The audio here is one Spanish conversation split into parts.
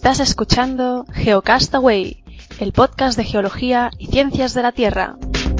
Estás escuchando Geocastaway, el podcast de geología y ciencias de la Tierra.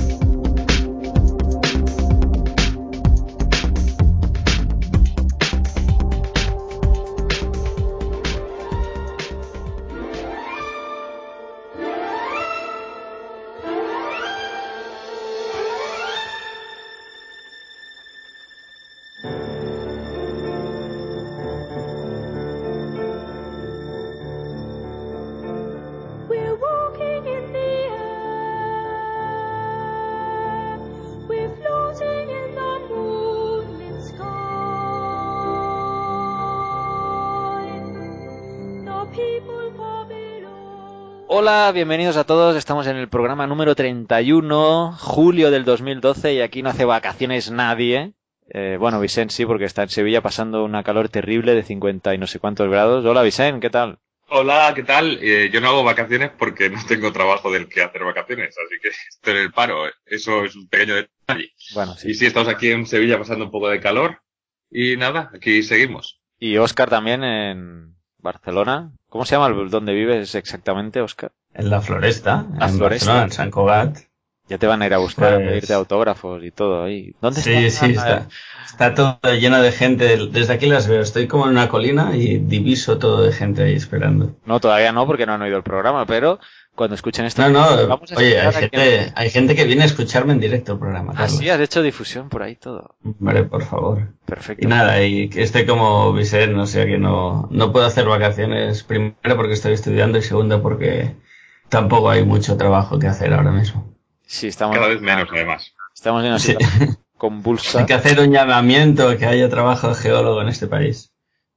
Hola, bienvenidos a todos, estamos en el programa número 31, julio del 2012, y aquí no hace vacaciones nadie. Bueno, Vicent sí, porque está en Sevilla pasando una calor terrible de 50 y no sé cuántos grados. Hola Vicent, ¿qué tal? Hola, ¿qué tal? Yo no hago vacaciones porque no tengo trabajo del que hacer vacaciones, así que estoy en el paro. Eso es un pequeño detalle. Bueno, sí. Y sí, estamos aquí en Sevilla pasando un poco de calor y nada, aquí seguimos. Y Óscar también en Barcelona. ¿Cómo se llama donde vives exactamente, Óscar? En la Floresta, La en Floresta. Barcelona, en Sant Cugat. Ya te van a ir a buscar, a Pues... pedirte autógrafos y todo ahí. ¿Dónde Sí, está? está todo lleno de gente. Desde aquí las veo. Estoy como en una colina y diviso todo de gente ahí esperando. No, todavía no, porque no han oído el programa, pero cuando escuchen esto... No, vamos a oye, esperar hay gente que viene a escucharme en directo el programa, Ah, Carlos. sí, has hecho difusión por ahí todo. Hombre, por favor. Perfecto. Y nada, y que esté como Vicente, o sea que no puedo hacer vacaciones, primero porque estoy estudiando y segundo porque tampoco hay mucho trabajo que hacer ahora mismo. Sí, estamos... Cada vez menos, además. Estamos en una Sí. situación convulsa. Hay que hacer un llamamiento a que haya trabajo de geólogo en este país.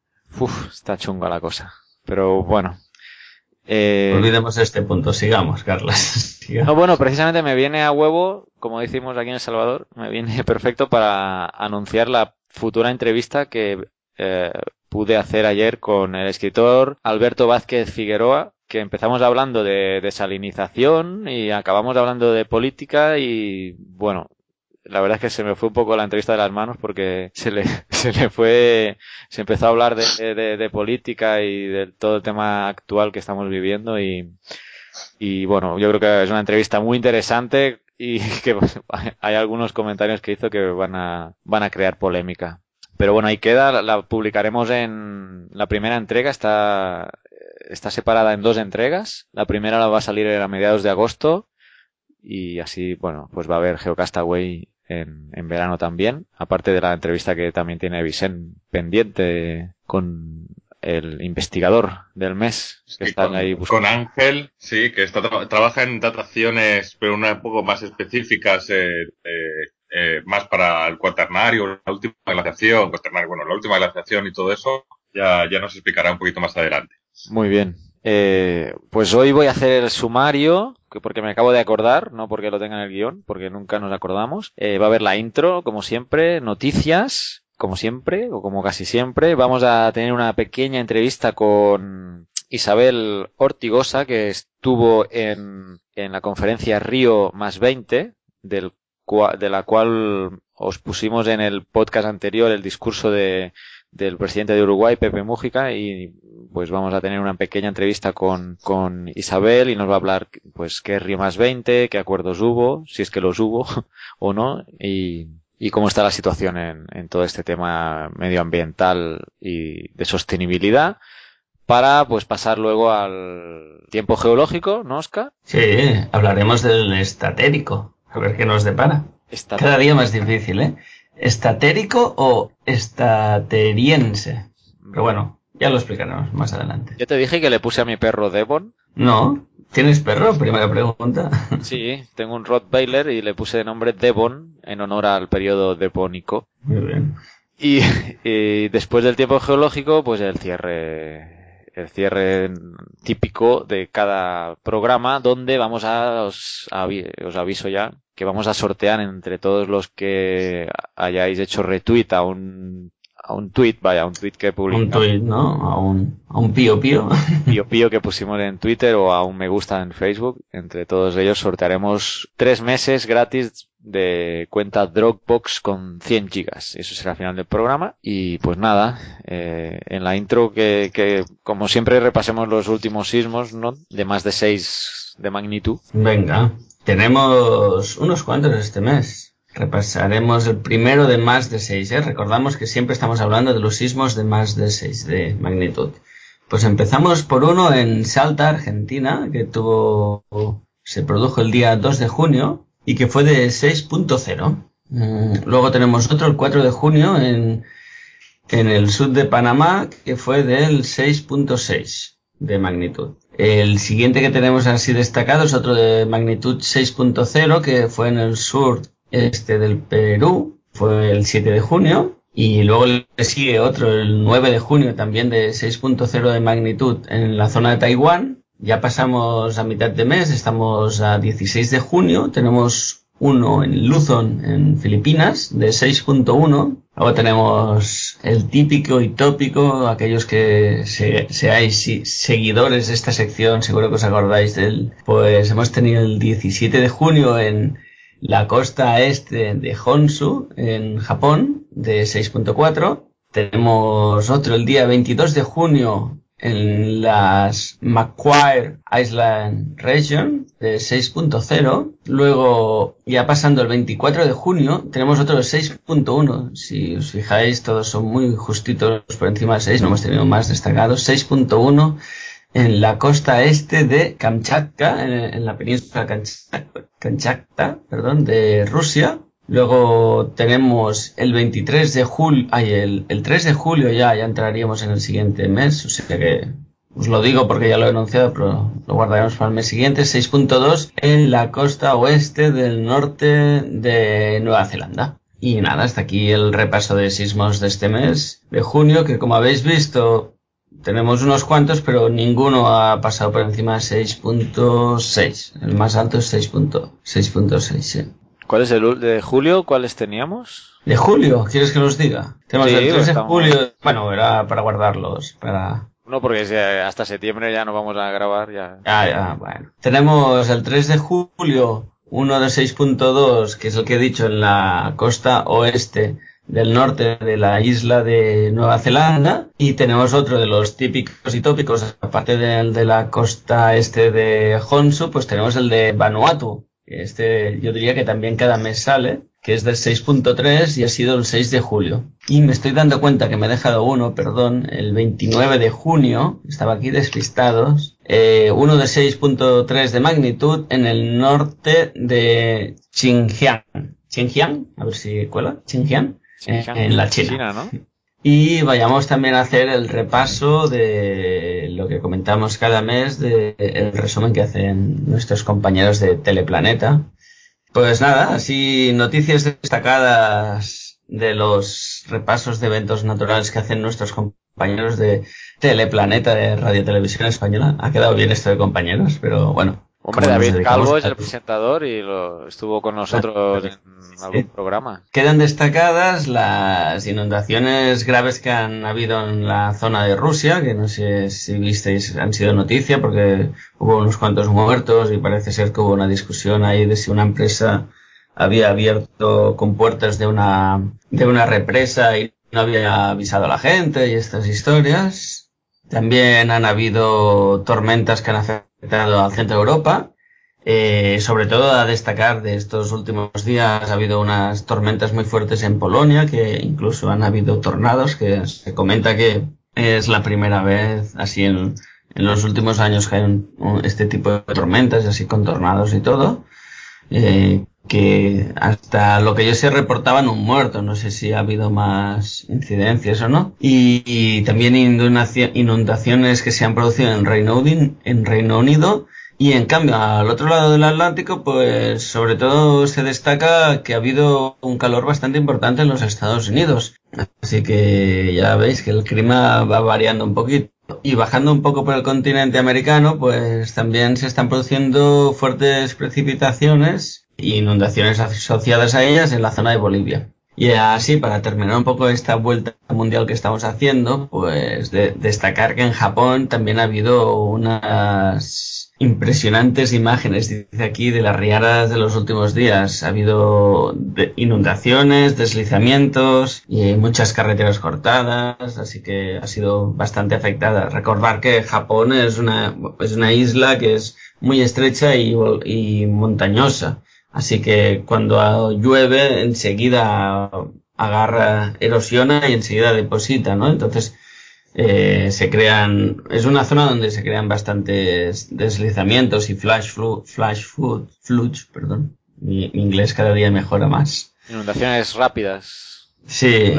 Está chunga la cosa. Pero bueno. Olvidemos este punto, sigamos, Carlos. Sigamos. No, bueno, precisamente me viene a huevo, como decimos aquí en El Salvador, me viene perfecto para anunciar la futura entrevista que pude hacer ayer con el escritor Alberto Vázquez Figueroa, que empezamos hablando de desalinización y acabamos hablando de política y, bueno, la verdad es que se me fue un poco la entrevista de las manos porque se le empezó a hablar de política y de todo el tema actual que estamos viviendo y bueno, yo creo que es una entrevista muy interesante y que hay algunos comentarios que hizo que van a crear polémica. Pero bueno, ahí queda, la publicaremos en la primera entrega, está separada en 2 entregas. La primera la va a salir a mediados de agosto y así, bueno, pues va a haber Geocastaway en verano también, aparte de la entrevista que también tiene Vicent pendiente con el investigador del mes que Sí, están ahí buscando. con Ángel, sí, que trabaja en dataciones, pero un poco más específicas, más para el cuaternario, la última glaciación, la última glaciación y todo eso, ya nos explicará un poquito más adelante. Muy bien. Pues hoy voy a hacer el sumario, porque me acabo de acordar, no porque lo tenga en el guión, porque nunca nos acordamos. Va a haber la intro, como siempre, noticias, como siempre, o como casi siempre. Vamos a tener una pequeña entrevista con Isabel Ortigosa, que estuvo en la conferencia Río +20, de la cual os pusimos en el podcast anterior el discurso del presidente de Uruguay, Pepe Mújica, y pues vamos a tener una pequeña entrevista con Isabel y nos va a hablar pues qué es Río +20, qué acuerdos hubo, si es que los hubo o no, y cómo está la situación en todo este tema medioambiental y de sostenibilidad, para pues pasar luego al tiempo geológico, ¿no, Óscar? Sí, hablaremos del estatérico, a ver qué nos depara. Cada día más difícil, ¿eh? ¿Estatérico o estateriense? Pero bueno, ya lo explicaremos más adelante. Yo te dije que le puse a mi perro Devon. No, ¿tienes perro? Primera pregunta. Sí, tengo un Rottweiler y le puse de nombre Devon en honor al periodo devónico. Muy bien. Y después del tiempo geológico, pues el cierre típico de cada programa, donde os aviso ya que vamos a sortear entre todos los que hayáis hecho retweet a un tweet que publicamos. Un tuit, ¿no? a un pío pío. Pío pío que pusimos en Twitter o a un me gusta en Facebook. Entre todos ellos sortearemos 3 meses gratis de cuenta Dropbox con 100 gigas. Eso será al final del programa. Y pues nada, en la intro que como siempre repasemos los últimos sismos, ¿no? De más de 6 de magnitud. Venga, tenemos unos cuantos este mes. Repasaremos el primero de más de 6, ¿eh? Recordamos que siempre estamos hablando de los sismos de más de 6 de magnitud. Pues empezamos por uno en Salta, Argentina, que se produjo el día 2 de junio y que fue de 6.0. Luego tenemos otro el 4 de junio en el sur de Panamá, que fue del 6.6 de magnitud. El siguiente que tenemos así destacado es otro de magnitud 6.0, que fue en el sur del Perú, fue el 7 de junio, y luego le sigue otro el 9 de junio también de 6.0 de magnitud en la zona de Taiwán. Ya pasamos a mitad de mes, estamos a 16 de junio, tenemos uno en Luzon, en Filipinas, de 6.1. Luego tenemos el típico y tópico, aquellos que seáis seguidores de esta sección, seguro que os acordáis de él. Pues hemos tenido el 17 de junio en la costa este de Honshu, en Japón, de 6.4. Tenemos otro el día 22 de junio en las Macquarie Island Region, de 6.0. Luego, ya pasando el 24 de junio, tenemos otro de 6.1. Si os fijáis, todos son muy justitos por encima de 6, no hemos tenido más destacados. 6.1 en la costa este de Kamchatka, en la península Kamchatka, de Rusia. Luego tenemos el 23 de julio, el 3 de julio ya entraríamos en el siguiente mes, o sea que os lo digo porque ya lo he anunciado, pero lo guardaremos para el mes siguiente. 6.2 en la costa oeste del norte de Nueva Zelanda. Y nada, hasta aquí el repaso de sismos de este mes de junio, que como habéis visto, tenemos unos cuantos, pero ninguno ha pasado por encima de 6.6. El más alto es 6.6, sí. ¿Cuál es el de julio? ¿Cuáles teníamos? ¿De julio? ¿Quieres que los diga? Tenemos Sí, el 3 de estamos... julio. Bueno, era para guardarlos, No, porque hasta septiembre ya no vamos a grabar. Bueno. Tenemos el 3 de julio, uno de 6.2, que es el que he dicho, en la costa oeste del norte de la isla de Nueva Zelanda, y tenemos otro de los típicos y tópicos, aparte del de la costa este de Honshu, pues tenemos el de Vanuatu. Yo diría que también cada mes sale, que es del 6.3 y ha sido el 6 de julio. Y me estoy dando cuenta que me he dejado uno, el 29 de junio, estaba aquí despistados, uno de 6.3 de magnitud en el norte de Xinjiang. ¿Xinjiang? A ver si cuela. ¿Xinjiang? En la China, ¿no? Y vayamos también a hacer el repaso de lo que comentamos cada mes, el resumen que hacen nuestros compañeros de Teleplaneta. Pues nada, así noticias destacadas de los repasos de eventos naturales que hacen nuestros compañeros de Teleplaneta de Radio Televisión Española. Ha quedado bien esto de compañeros, pero bueno. Hombre, David Calvo es el presentador y estuvo con nosotros en algún programa. Quedan destacadas las inundaciones graves que han habido en la zona de Rusia, que no sé si visteis, han sido noticia porque hubo unos cuantos muertos y parece ser que hubo una discusión ahí de si una empresa había abierto compuertas de una represa y no había avisado a la gente y estas historias. También han habido tormentas que han afectado al centro de Europa. Sobre todo a destacar de estos últimos días ha habido unas tormentas muy fuertes en Polonia, que incluso han habido tornados, que se comenta que es la primera vez así en los últimos años que hay este tipo de tormentas, así con tornados y todo. Que hasta lo que yo sé reportaban un muerto, no sé si ha habido más incidencias o no. Y también inundaciones que se han producido en Reino Unido. Y en cambio, al otro lado del Atlántico, pues sobre todo se destaca que ha habido un calor bastante importante en los Estados Unidos. Así que ya veis que el clima va variando un poquito. Y bajando un poco por el continente americano, pues también se están produciendo fuertes precipitaciones e inundaciones asociadas a ellas en la zona de Bolivia. Y así, para terminar un poco esta vuelta mundial que estamos haciendo, pues destacar que en Japón también ha habido unas impresionantes imágenes, dice aquí, de las riadas de los últimos días. Ha habido inundaciones, deslizamientos y muchas carreteras cortadas, así que ha sido bastante afectada. Recordar que Japón es una isla que es muy estrecha y montañosa. Así que cuando llueve enseguida erosiona y enseguida deposita, ¿no? Entonces es una zona donde se crean bastantes deslizamientos y floods, perdón. Mi inglés cada día mejora más. Inundaciones rápidas. Sí,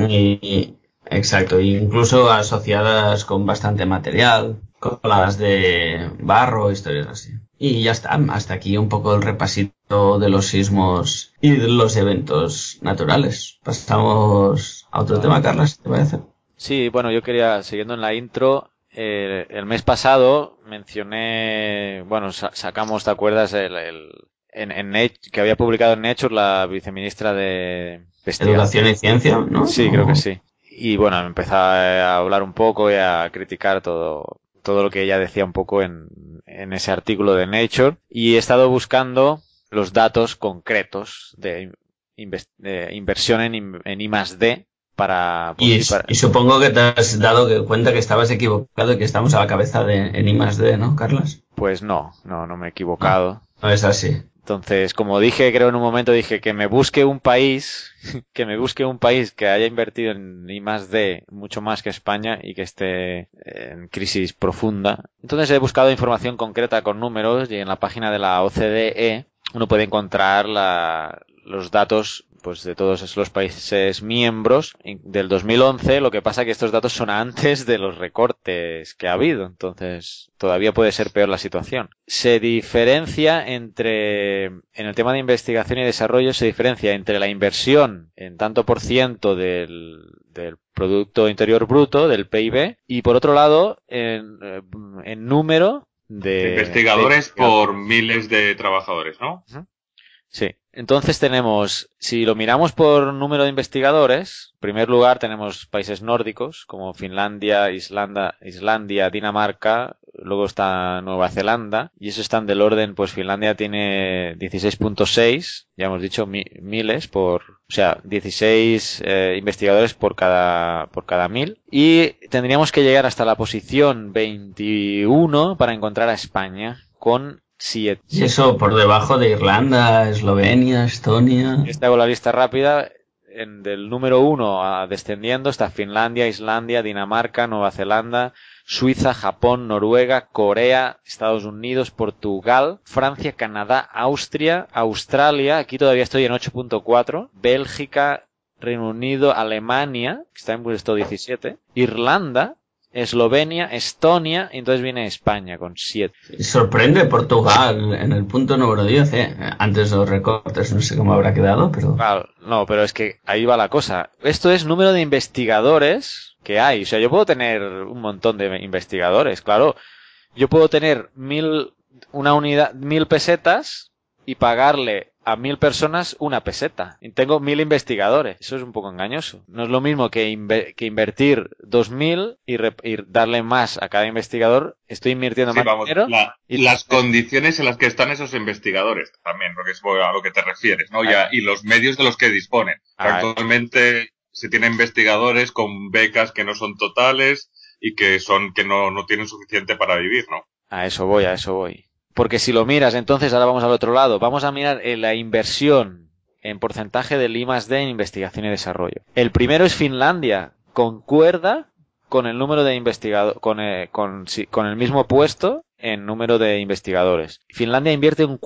exacto, incluso asociadas con bastante material, coladas de barro, historias así. Y ya está, hasta aquí un poco el repasito de los sismos y de los eventos naturales. Pasamos a otro tema, Carlas, ¿te parece? Sí, bueno, yo quería, siguiendo en la intro, el mes pasado mencioné, bueno, sacamos, ¿te acuerdas? Que había publicado en Nature la viceministra de Educación y Ciencia, ¿no? Sí, creo que sí. Y bueno, empecé a hablar un poco y a criticar todo lo que ella decía un poco en ese artículo de Nature. Y he estado buscando los datos concretos de inversión en I+D para... Y supongo que te has dado cuenta que estabas equivocado y que estamos a la cabeza en I+D, ¿no, Carlas? Pues no me he equivocado. No es así. Entonces, como dije, creo en un momento dije que me busque un país que haya invertido en I+D mucho más que España y que esté en crisis profunda. Entonces he buscado información concreta con números y en la página de la OCDE uno puede encontrar los datos pues de todos los países miembros del 2011, lo que pasa que estos datos son antes de los recortes que ha habido, entonces todavía puede ser peor la situación. Se diferencia en el tema de investigación y desarrollo, se diferencia entre la inversión en tanto por ciento del Producto Interior Bruto, del PIB, y por otro lado, en número de investigadores por miles de trabajadores, ¿no? Sí. Entonces tenemos, si lo miramos por número de investigadores, en primer lugar tenemos países nórdicos como Finlandia, Islandia, Dinamarca, luego está Nueva Zelanda, y eso están del orden, pues Finlandia tiene 16.6, ya hemos dicho miles o sea, 16 investigadores por cada 1000, y tendríamos que llegar hasta la posición 21 para encontrar a España con 7. Y eso por debajo de Irlanda, Eslovenia, Estonia. Esta hago la lista rápida. Del número 1 descendiendo está Finlandia, Islandia, Dinamarca, Nueva Zelanda, Suiza, Japón, Noruega, Corea, Estados Unidos, Portugal, Francia, Canadá, Austria, Australia, aquí todavía estoy en 8.4, Bélgica, Reino Unido, Alemania, que está en puesto 17, Irlanda, Eslovenia, Estonia, y entonces viene España con 7. Sorprende Portugal en el punto número 10, antes de los recortes, no sé cómo habrá quedado, pero... Claro, no, pero es que ahí va la cosa. Esto es número de investigadores que hay. O sea, yo puedo tener un montón de investigadores, claro. Yo puedo tener 1000 pesetas y pagarle a 1000 personas 1 peseta. Y tengo 1000 investigadores. Eso es un poco engañoso. No es lo mismo que invertir 2000 y darle más a cada investigador. Estoy invirtiendo más dinero. Las condiciones en las que están esos investigadores también, porque es a lo que te refieres, ¿no? Y los medios de los que disponen. Actualmente se tienen investigadores con becas que no son totales y que no tienen suficiente para vivir, ¿no? A eso voy. Porque si lo miras, entonces ahora vamos al otro lado. Vamos a mirar la inversión en porcentaje del I+D en investigación y desarrollo. El primero es Finlandia. Concuerda con el número de investigadores, con el mismo puesto en número de investigadores. Finlandia invierte un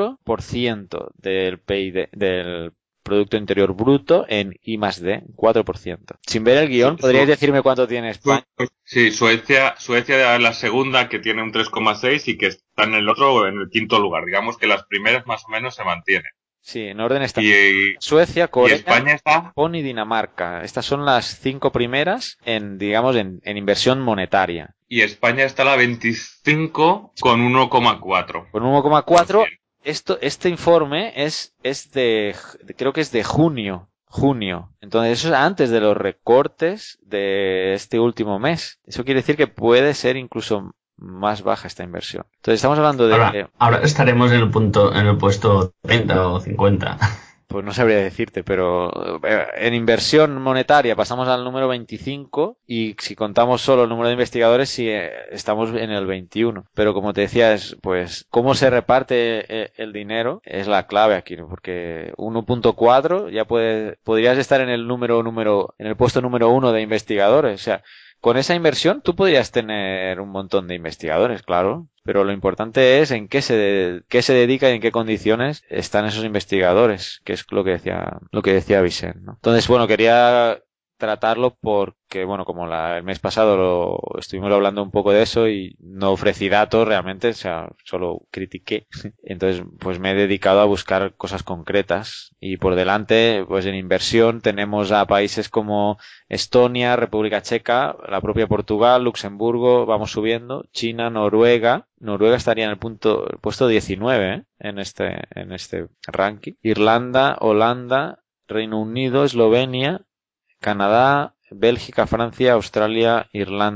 4% del PIB, del Producto Interior Bruto en I+D, 4%. Sin ver el guión, ¿podríais decirme cuánto tiene España? Sí, Suecia es la segunda, que tiene un 3,6 y que está en el quinto lugar. Digamos que las primeras más o menos se mantienen. Sí, en orden está Suecia, Corea, España está... Japón y Dinamarca. Estas son las 5 primeras en inversión monetaria. Y España está a la 25 con 1,4. Con 1,4. Este informe es creo que es de junio junio. Entonces eso es antes de los recortes de este último mes. Eso quiere decir que puede ser incluso más baja esta inversión. Entonces estamos hablando de... Ahora estaremos en el puesto 30 o 50. Pues no sabría decirte, pero en inversión monetaria pasamos al número 25 y si contamos solo el número de investigadores sí estamos en el 21. Pero como te decía, pues cómo se reparte el dinero es la clave aquí, ¿no? Porque 1.4 ya podrías estar en en el puesto número 1 de investigadores. O sea, con esa inversión tú podrías tener un montón de investigadores, claro, pero lo importante es en qué se dedica y en qué condiciones están esos investigadores, que es lo que decía Vicente, ¿no? Entonces, bueno, quería tratarlo porque, bueno, como el mes pasado estuvimos hablando un poco de eso y no ofrecí datos realmente, o sea, solo critiqué. Entonces, pues me he dedicado a buscar cosas concretas y por delante, pues en inversión tenemos a países como Estonia, República Checa, la propia Portugal, Luxemburgo, vamos subiendo, China, Noruega. Noruega estaría en el puesto 19, en este ranking. Irlanda, Holanda, Reino Unido, Eslovenia, Canadá, Bélgica, Francia, Australia,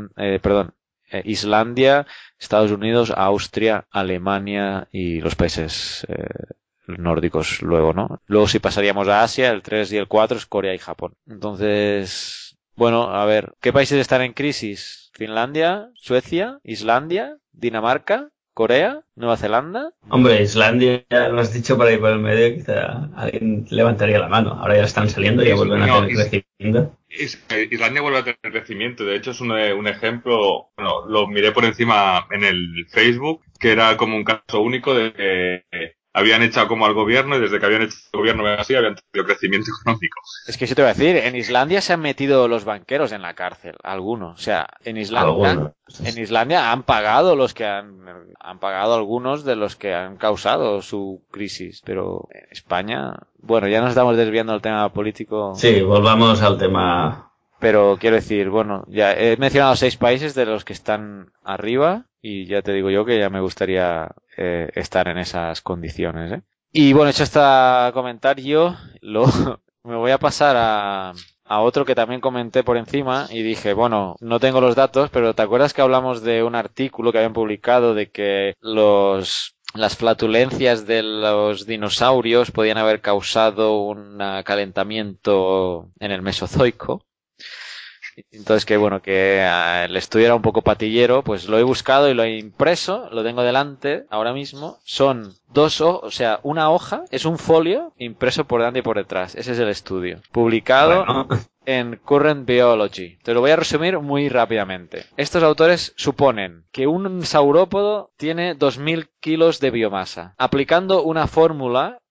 Islandia, Estados Unidos, Austria, Alemania y los países nórdicos luego, ¿no? Luego si pasaríamos a Asia, el 3 y el 4 es Corea y Japón. Entonces, bueno, a ver, ¿qué países están en crisis? Finlandia, Suecia, Islandia, Dinamarca, Corea, Nueva Zelanda. Hombre, Islandia, lo has dicho por ahí por el medio, quizá alguien levantaría la mano. Ahora ya están saliendo y ya vuelven a tener crecimiento. Islandia vuelve a tener crecimiento. De hecho, es un ejemplo, bueno, lo miré por encima en el Facebook, que era como un caso único de que habían echado como al gobierno y desde que habían hecho el gobierno así habían tenido crecimiento económico. Es que eso te voy a decir, en Islandia se han metido los banqueros en la cárcel, algunos. O sea, en Islandia han pagado han pagado algunos de los que han causado su crisis, pero en España, bueno, ya nos estamos desviando del tema político. Sí, volvamos al tema. Pero quiero decir, bueno, ya he mencionado 6 países de los que están arriba y ya te digo yo que ya me gustaría estar en esas condiciones, ¿eh? Y bueno, hecho hasta comentario, me voy a pasar a otro que también comenté por encima y dije, bueno, no tengo los datos, pero ¿te acuerdas que hablamos de un artículo que habían publicado de que las flatulencias de los dinosaurios podían haber causado un calentamiento en el Mesozoico? Entonces que bueno, que el estudio era un poco patillero, pues lo he buscado y lo he impreso, lo tengo delante ahora mismo. Son una hoja, es un folio impreso por delante y por detrás. Ese es el estudio. Publicado en Current Biology. Te lo voy a resumir muy rápidamente. Estos autores suponen que un saurópodo tiene 2000 kilos de biomasa. Aplicando una fórmula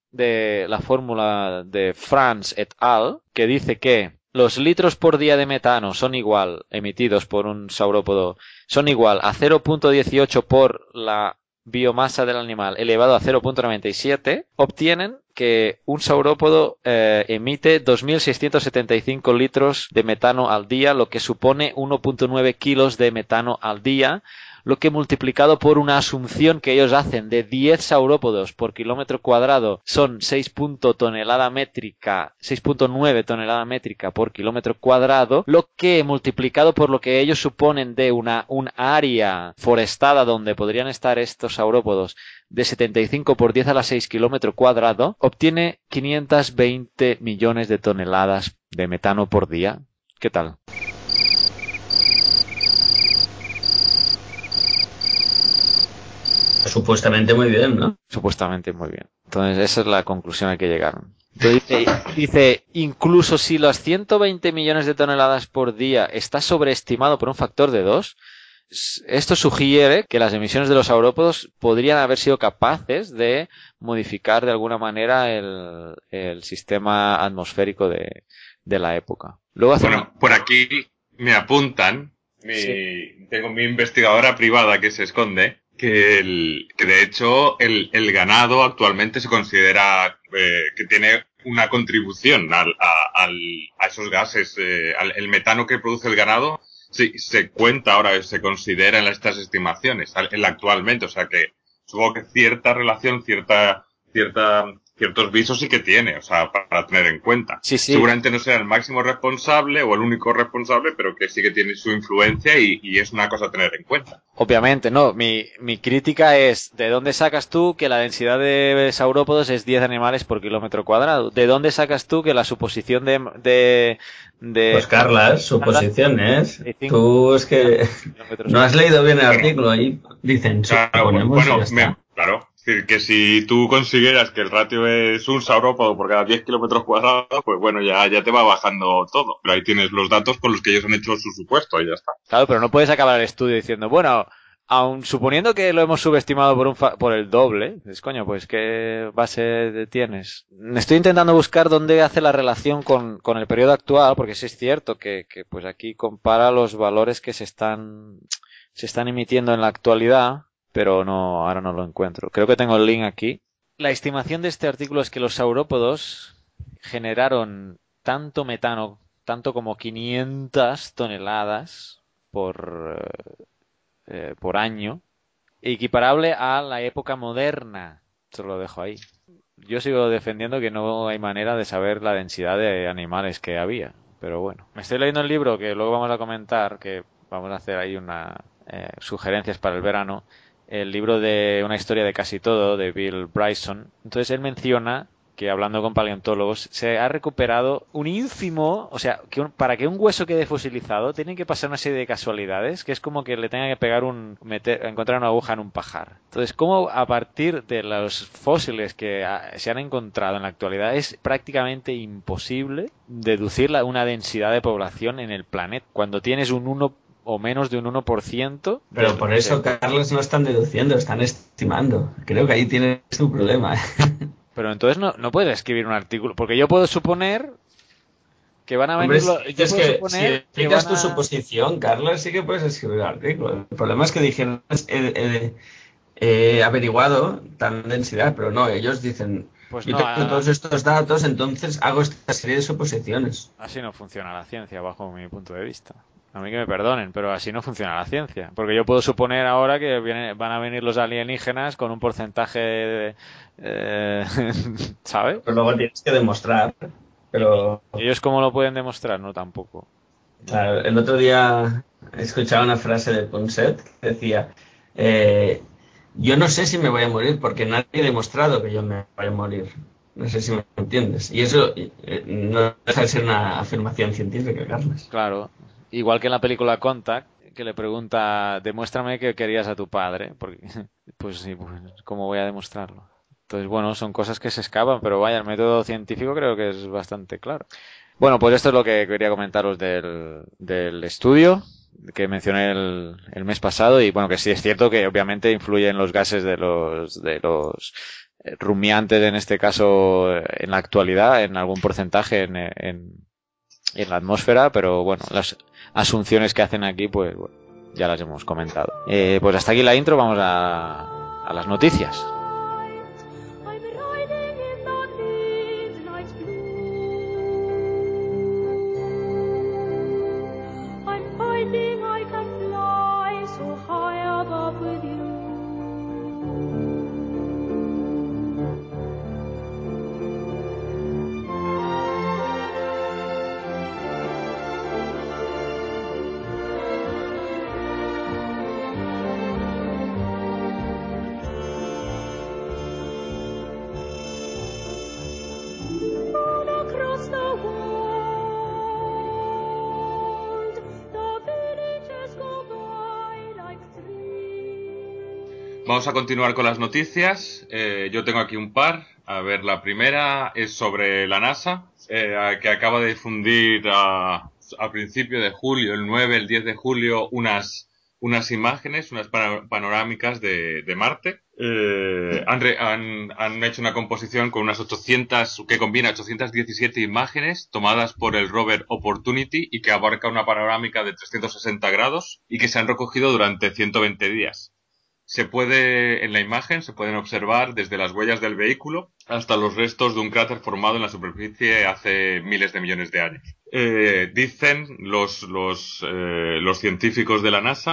de Franz et al, que dice que los litros por día de metano emitidos por un saurópodo, son igual a 0.18 por la biomasa del animal elevado a 0.97, obtienen que un saurópodo emite 2.675 litros de metano al día, lo que supone 1.9 kilos de metano al día, lo que multiplicado por una asunción que ellos hacen de 10 saurópodos por kilómetro cuadrado son 6.9 tonelada métrica por kilómetro cuadrado, lo que multiplicado por lo que ellos suponen de un área forestada donde podrían estar estos saurópodos de 75 por 10 a la 6 kilómetro cuadrado, obtiene 520 millones de toneladas de metano por día. ¿Qué tal? Supuestamente muy bien, ¿no? Supuestamente muy bien. Entonces esa es la conclusión a que llegaron. Entonces, dice, incluso si los 120 millones de toneladas por día está sobreestimado por un factor de 2, esto sugiere que las emisiones de los saurópodos podrían haber sido capaces de modificar de alguna manera el sistema atmosférico de la época. Luego por aquí me apuntan, tengo mi investigadora privada que se esconde, que de hecho el ganado actualmente se considera que tiene una contribución a esos gases, el metano que produce el ganado se cuenta ahora, se considera en estas estimaciones, actualmente, o sea que supongo que cierta relación, cierto ciertos visos sí que tiene, o sea, para tener en cuenta. Sí. Seguramente no será el máximo responsable o el único responsable, pero que sí que tiene su influencia y es una cosa a tener en cuenta. Obviamente, no. Mi crítica es, ¿de dónde sacas tú que la densidad de saurópodos es 10 animales por kilómetro cuadrado? ¿De dónde sacas tú que la suposición de Pues Carlas, suposiciones. Tú es que no has leído bien el artículo, ahí dicen, suponemos y ya está. Claro, es decir, que si tú consiguieras que el ratio es un saurópodo por cada 10 kilómetros cuadrados, pues bueno, ya te va bajando todo. Pero ahí tienes los datos con los que ellos han hecho su supuesto y ya está. Claro, pero no puedes acabar el estudio diciendo, bueno, aun suponiendo que lo hemos subestimado por el doble, es coño, pues ¿qué base tienes? Estoy intentando buscar dónde hace la relación con el periodo actual, porque sí es cierto que pues aquí compara los valores que se están emitiendo en la actualidad, pero no, ahora no lo encuentro. Creo que tengo el link aquí. La estimación de este artículo es que los saurópodos generaron tanto metano, tanto como 500 toneladas por año, equiparable a la época moderna. Se lo dejo ahí. Yo sigo defendiendo que no hay manera de saber la densidad de animales que había, pero bueno. Me estoy leyendo el libro que luego vamos a comentar, que vamos a hacer ahí unas sugerencias para el verano. El libro de Una historia de casi todo, de Bill Bryson. Entonces él menciona que, hablando con paleontólogos, se ha recuperado un ínfimo, o sea, para que un hueso quede fosilizado tienen que pasar una serie de casualidades, que es como que le tenga que pegar encontrar una aguja en un pajar. Entonces, ¿cómo a partir de los fósiles que se han encontrado en la actualidad es prácticamente imposible deducir una densidad de población en el planeta cuando tienes un 1 o menos de un 1%? Pero por eso, Carlos, no están deduciendo, están estimando. Creo que ahí tienes tu problema. Pero entonces no puedes escribir un artículo, porque yo puedo suponer que van a venir... Si explicas tu suposición, Carlos, sí que puedes escribir un artículo. El problema es que dijeron, he averiguado tal densidad, pero no, ellos dicen, pues yo tengo todos estos datos, entonces hago esta serie de suposiciones. Así no funciona la ciencia, bajo mi punto de vista. A mí que me perdonen, pero así no funciona la ciencia. Porque yo puedo suponer ahora que van a venir los alienígenas con un porcentaje ¿sabes? Pero luego tienes que demostrar. Pero ¿Ellos cómo lo pueden demostrar? No, tampoco. Claro, el otro día escuchaba una frase de Punset que decía, yo no sé si me voy a morir porque nadie ha demostrado que yo me voy a morir. No sé si me entiendes. Y eso no deja de ser una afirmación científica, Carlos. Claro. Igual que en la película Contact, que le pregunta, demuéstrame que querías a tu padre. Porque, pues sí, pues, ¿cómo voy a demostrarlo? Entonces, bueno, son cosas que se escapan, pero vaya, el método científico creo que es bastante claro. Bueno, pues esto es lo que quería comentaros del estudio que mencioné el mes pasado, y bueno, que sí es cierto que obviamente influyen los gases de los rumiantes, en este caso en la actualidad, en algún porcentaje en la atmósfera, pero bueno, las asunciones que hacen aquí, pues bueno, ya las hemos comentado. Pues hasta aquí la intro, vamos a las noticias. Vamos a continuar con las noticias. Yo tengo aquí un par. A ver, la primera es sobre la NASA, que acaba de difundir a principio de julio, el 9, el 10 de julio, unas imágenes, unas panorámicas de Marte. Han hecho una composición con que combina 817 imágenes tomadas por el rover Opportunity y que abarca una panorámica de 360 grados y que se han recogido durante 120 días. En la imagen se pueden observar desde las huellas del vehículo hasta los restos de un cráter formado en la superficie hace miles de millones de años. Dicen los científicos de la NASA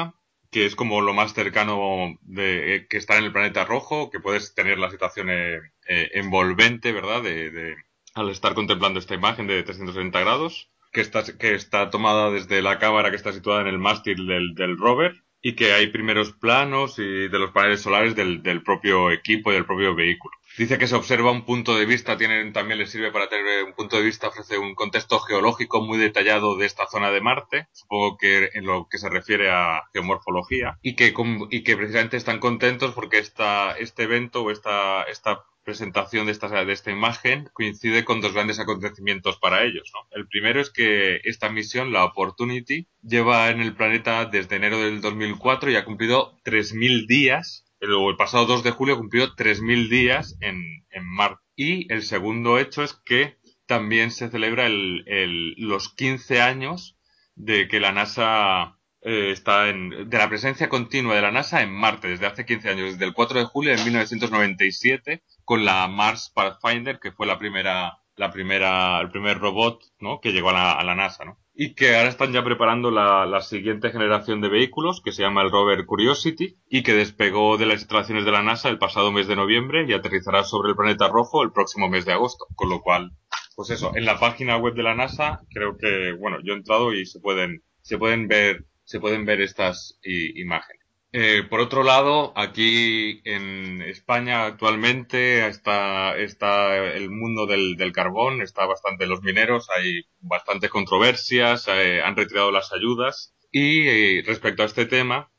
que es como lo más cercano de que estar en el planeta rojo, que puedes tener la situación envolvente, ¿verdad? Al estar contemplando esta imagen de 360 grados, que está tomada desde la cámara que está situada en el mástil del rover, y que hay primeros planos y de los paneles solares del propio equipo y del propio vehículo. Dice que se observa un punto de vista, también le sirve para tener un punto de vista, ofrece un contexto geológico muy detallado de esta zona de Marte, supongo que en lo que se refiere a geomorfología, y que precisamente están contentos porque este evento o esta presentación de esta imagen coincide con dos grandes acontecimientos para ellos, ¿no? El primero es que esta misión, la Opportunity, lleva en el planeta desde enero del 2004 y ha cumplido 3.000 días. El pasado 2 de julio cumplió 3.000 días en Marte. Y el segundo hecho es que también se celebra los 15 años de que la NASA de la presencia continua de la NASA en Marte desde hace 15 años, desde el 4 de julio de 1997, con la Mars Pathfinder, que fue el primer robot, ¿no?, que llegó a la NASA, ¿no? Y que ahora están ya preparando la siguiente generación de vehículos, que se llama el rover Curiosity, y que despegó de las instalaciones de la NASA el pasado mes de noviembre y aterrizará sobre el planeta rojo el próximo mes de agosto. Con lo cual, pues eso, en la página web de la NASA, creo que, bueno, yo he entrado y se pueden ver estas imágenes. Por otro lado, aquí en España actualmente está el mundo del carbón, está bastante los mineros, hay bastantes controversias, han retirado las ayudas y respecto a este tema,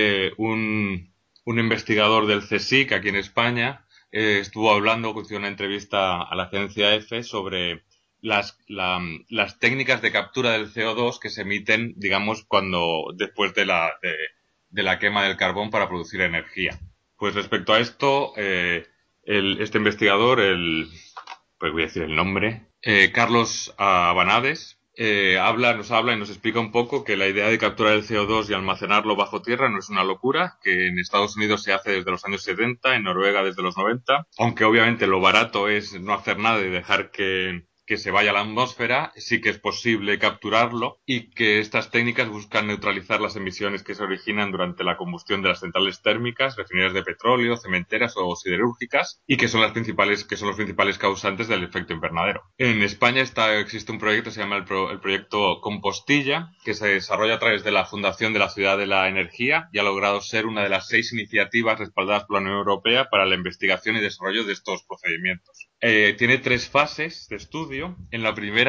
un investigador del CSIC aquí en España estuvo hablando, hizo una entrevista a la agencia EFE sobre las técnicas de captura del CO2 que se emiten, digamos, después de la quema del carbón para producir energía. Pues respecto a esto, este investigador, pues voy a decir el nombre, Carlos Abanades, nos habla y nos explica un poco que la idea de capturar el CO2 y almacenarlo bajo tierra no es una locura, que en Estados Unidos se hace desde los años 70, en Noruega desde los 90, aunque obviamente lo barato es no hacer nada y dejar que se vaya a la atmósfera, sí que es posible capturarlo y que estas técnicas buscan neutralizar las emisiones que se originan durante la combustión de las centrales térmicas, refinerías de petróleo, cementeras o siderúrgicas, y que son los principales causantes del efecto invernadero. En España existe un proyecto, se llama el proyecto Compostilla, que se desarrolla a través de la Fundación de la Ciudad de la Energía y ha logrado ser una de las 6 iniciativas respaldadas por la Unión Europea para la investigación y desarrollo de estos procedimientos. Tiene 3 fases de estudio. En la primera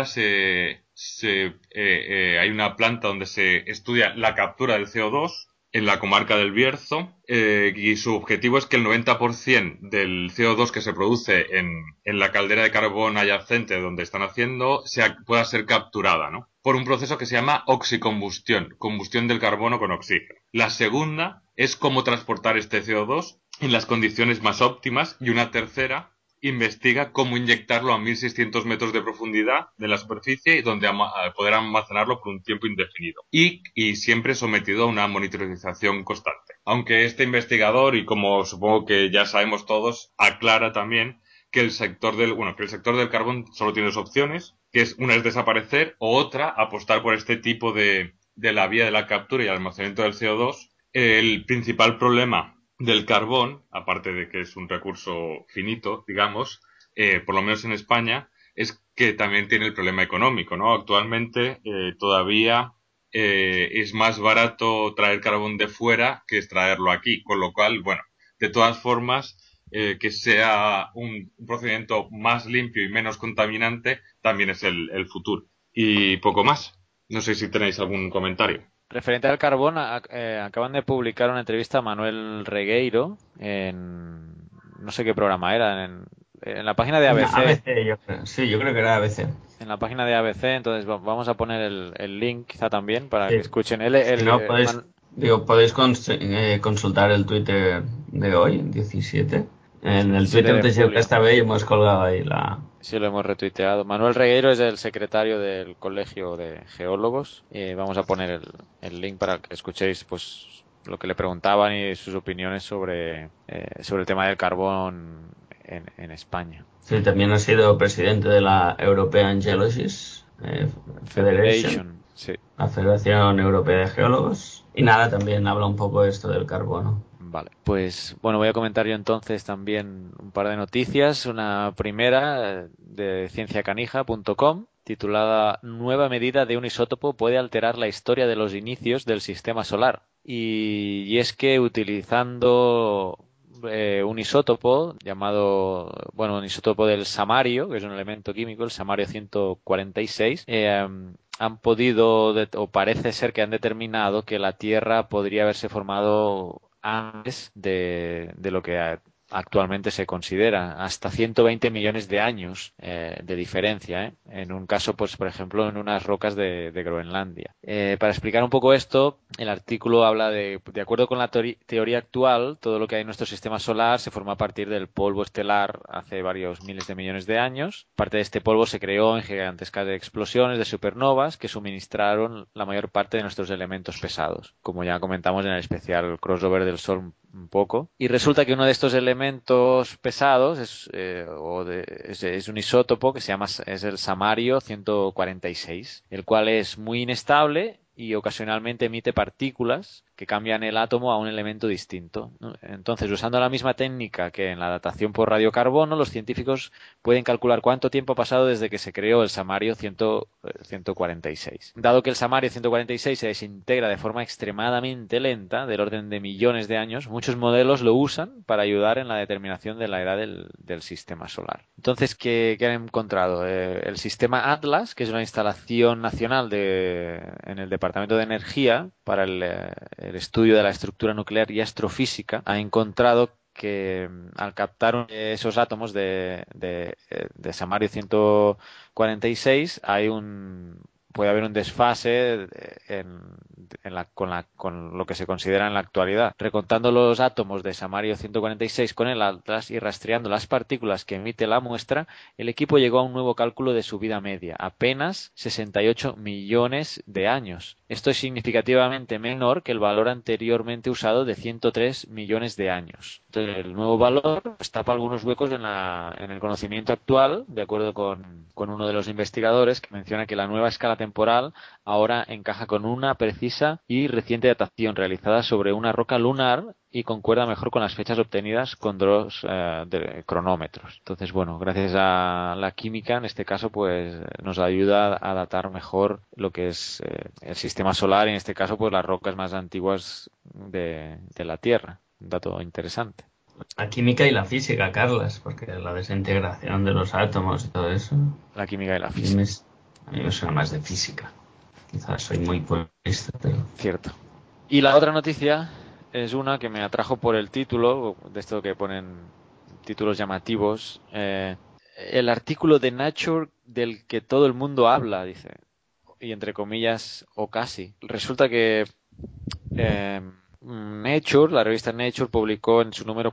hay una planta donde se estudia la captura del CO2 en la comarca del Bierzo, y su objetivo es que el 90% del CO2 que se produce en la caldera de carbón adyacente donde están haciendo pueda ser capturada, ¿no?, por un proceso que se llama oxicombustión, combustión del carbono con oxígeno. La segunda es cómo transportar este CO2 en las condiciones más óptimas, y una tercera investiga cómo inyectarlo a 1.600 metros de profundidad de la superficie y donde poder almacenarlo por un tiempo indefinido. Y siempre sometido a una monitorización constante. Aunque este investigador, y como supongo que ya sabemos todos, aclara también que el sector del carbón solo tiene 2 opciones, que una es desaparecer o otra apostar por este tipo de la vía de la captura y almacenamiento del CO2. El principal problema del carbón, aparte de que es un recurso finito, digamos, por lo menos en España, es que también tiene el problema económico, ¿no? Actualmente todavía es más barato traer carbón de fuera que extraerlo aquí, con lo cual, bueno, de todas formas, que sea un procedimiento más limpio y menos contaminante también es el futuro. Y poco más. No sé si tenéis algún comentario. Referente al carbón, acaban de publicar una entrevista a Manuel Regueiro en no sé qué programa era, en la página de ABC. Yo creo que era ABC. En la página de ABC, entonces vamos a poner el link quizá también para que escuchen. Podéis consultar el Twitter de hoy, 17. En el Twitter de Geocastaway hemos colgado ahí Sí, lo hemos retuiteado. Manuel Regueiro es el secretario del Colegio de Geólogos. Vamos a poner el link para que escuchéis pues lo que le preguntaban y sus opiniones sobre el tema del carbón en España. Sí, también ha sido presidente de la European Geologists Federation. Sí. la Federación Europea de Geólogos. Y nada, también habla un poco de esto del carbono. Vale, pues bueno, voy a comentar yo entonces también un par de noticias. Una primera de cienciacanija.com titulada Nueva medida de un isótopo puede alterar la historia de los inicios del sistema solar. Y es que utilizando un isótopo llamado, bueno, un isótopo del samario, que es un elemento químico, el samario 146, han podido, o parece ser que han determinado que la Tierra podría haberse formado antes de lo que actualmente se considera, hasta 120 millones de años de diferencia, ¿eh? En un caso, pues por ejemplo, en unas rocas de Groenlandia. Para explicar un poco esto, el artículo habla de acuerdo con la teoría actual, todo lo que hay en nuestro sistema solar se forma a partir del polvo estelar hace varios miles de millones de años. Parte de este polvo se creó en gigantescas explosiones de supernovas que suministraron la mayor parte de nuestros elementos pesados, como ya comentamos en el especial crossover del Sol un poco. Y resulta que uno de estos elementos pesados es un isótopo que es el samario 146, el cual es muy inestable y ocasionalmente emite partículas que cambian el átomo a un elemento distinto, ¿no? Entonces, usando la misma técnica que en la datación por radiocarbono, los científicos pueden calcular cuánto tiempo ha pasado desde que se creó el samario 146. Dado que el samario 146 se desintegra de forma extremadamente lenta, del orden de millones de años, muchos modelos lo usan para ayudar en la determinación de la edad del sistema solar. Entonces, ¿qué han encontrado? El sistema Atlas, que es una instalación nacional en el Departamento de Energía para el estudio de la estructura nuclear y astrofísica, ha encontrado que al captar esos átomos de samario 146 puede haber un desfase con lo que se considera en la actualidad. Recontando los átomos de samario 146 con el Atlas y rastreando las partículas que emite la muestra, el equipo llegó a un nuevo cálculo de su vida media, apenas 68 millones de años. Esto es significativamente menor que el valor anteriormente usado de 103 millones de años. Entonces, el nuevo valor tapa algunos huecos en el conocimiento actual, de acuerdo con uno de los investigadores, que menciona que la nueva escala temporal ahora encaja con una precisa y reciente datación realizada sobre una roca lunar y concuerda mejor con las fechas obtenidas con dos cronómetros. Entonces, bueno, gracias a la química, en este caso, pues nos ayuda a datar mejor lo que es el sistema solar y en este caso, pues las rocas más antiguas de la Tierra. Un dato interesante. La química y la física, Carlas, porque la desintegración de los átomos y todo eso. La química y la física. A mí me suena más de física. Quizás soy muy purista, pero... Cierto. Y la otra noticia es una que me atrajo por el título, de esto que ponen títulos llamativos. El artículo de Nature del que todo el mundo habla, dice. Y entre comillas, o casi. Resulta que Nature, la revista Nature, publicó en su número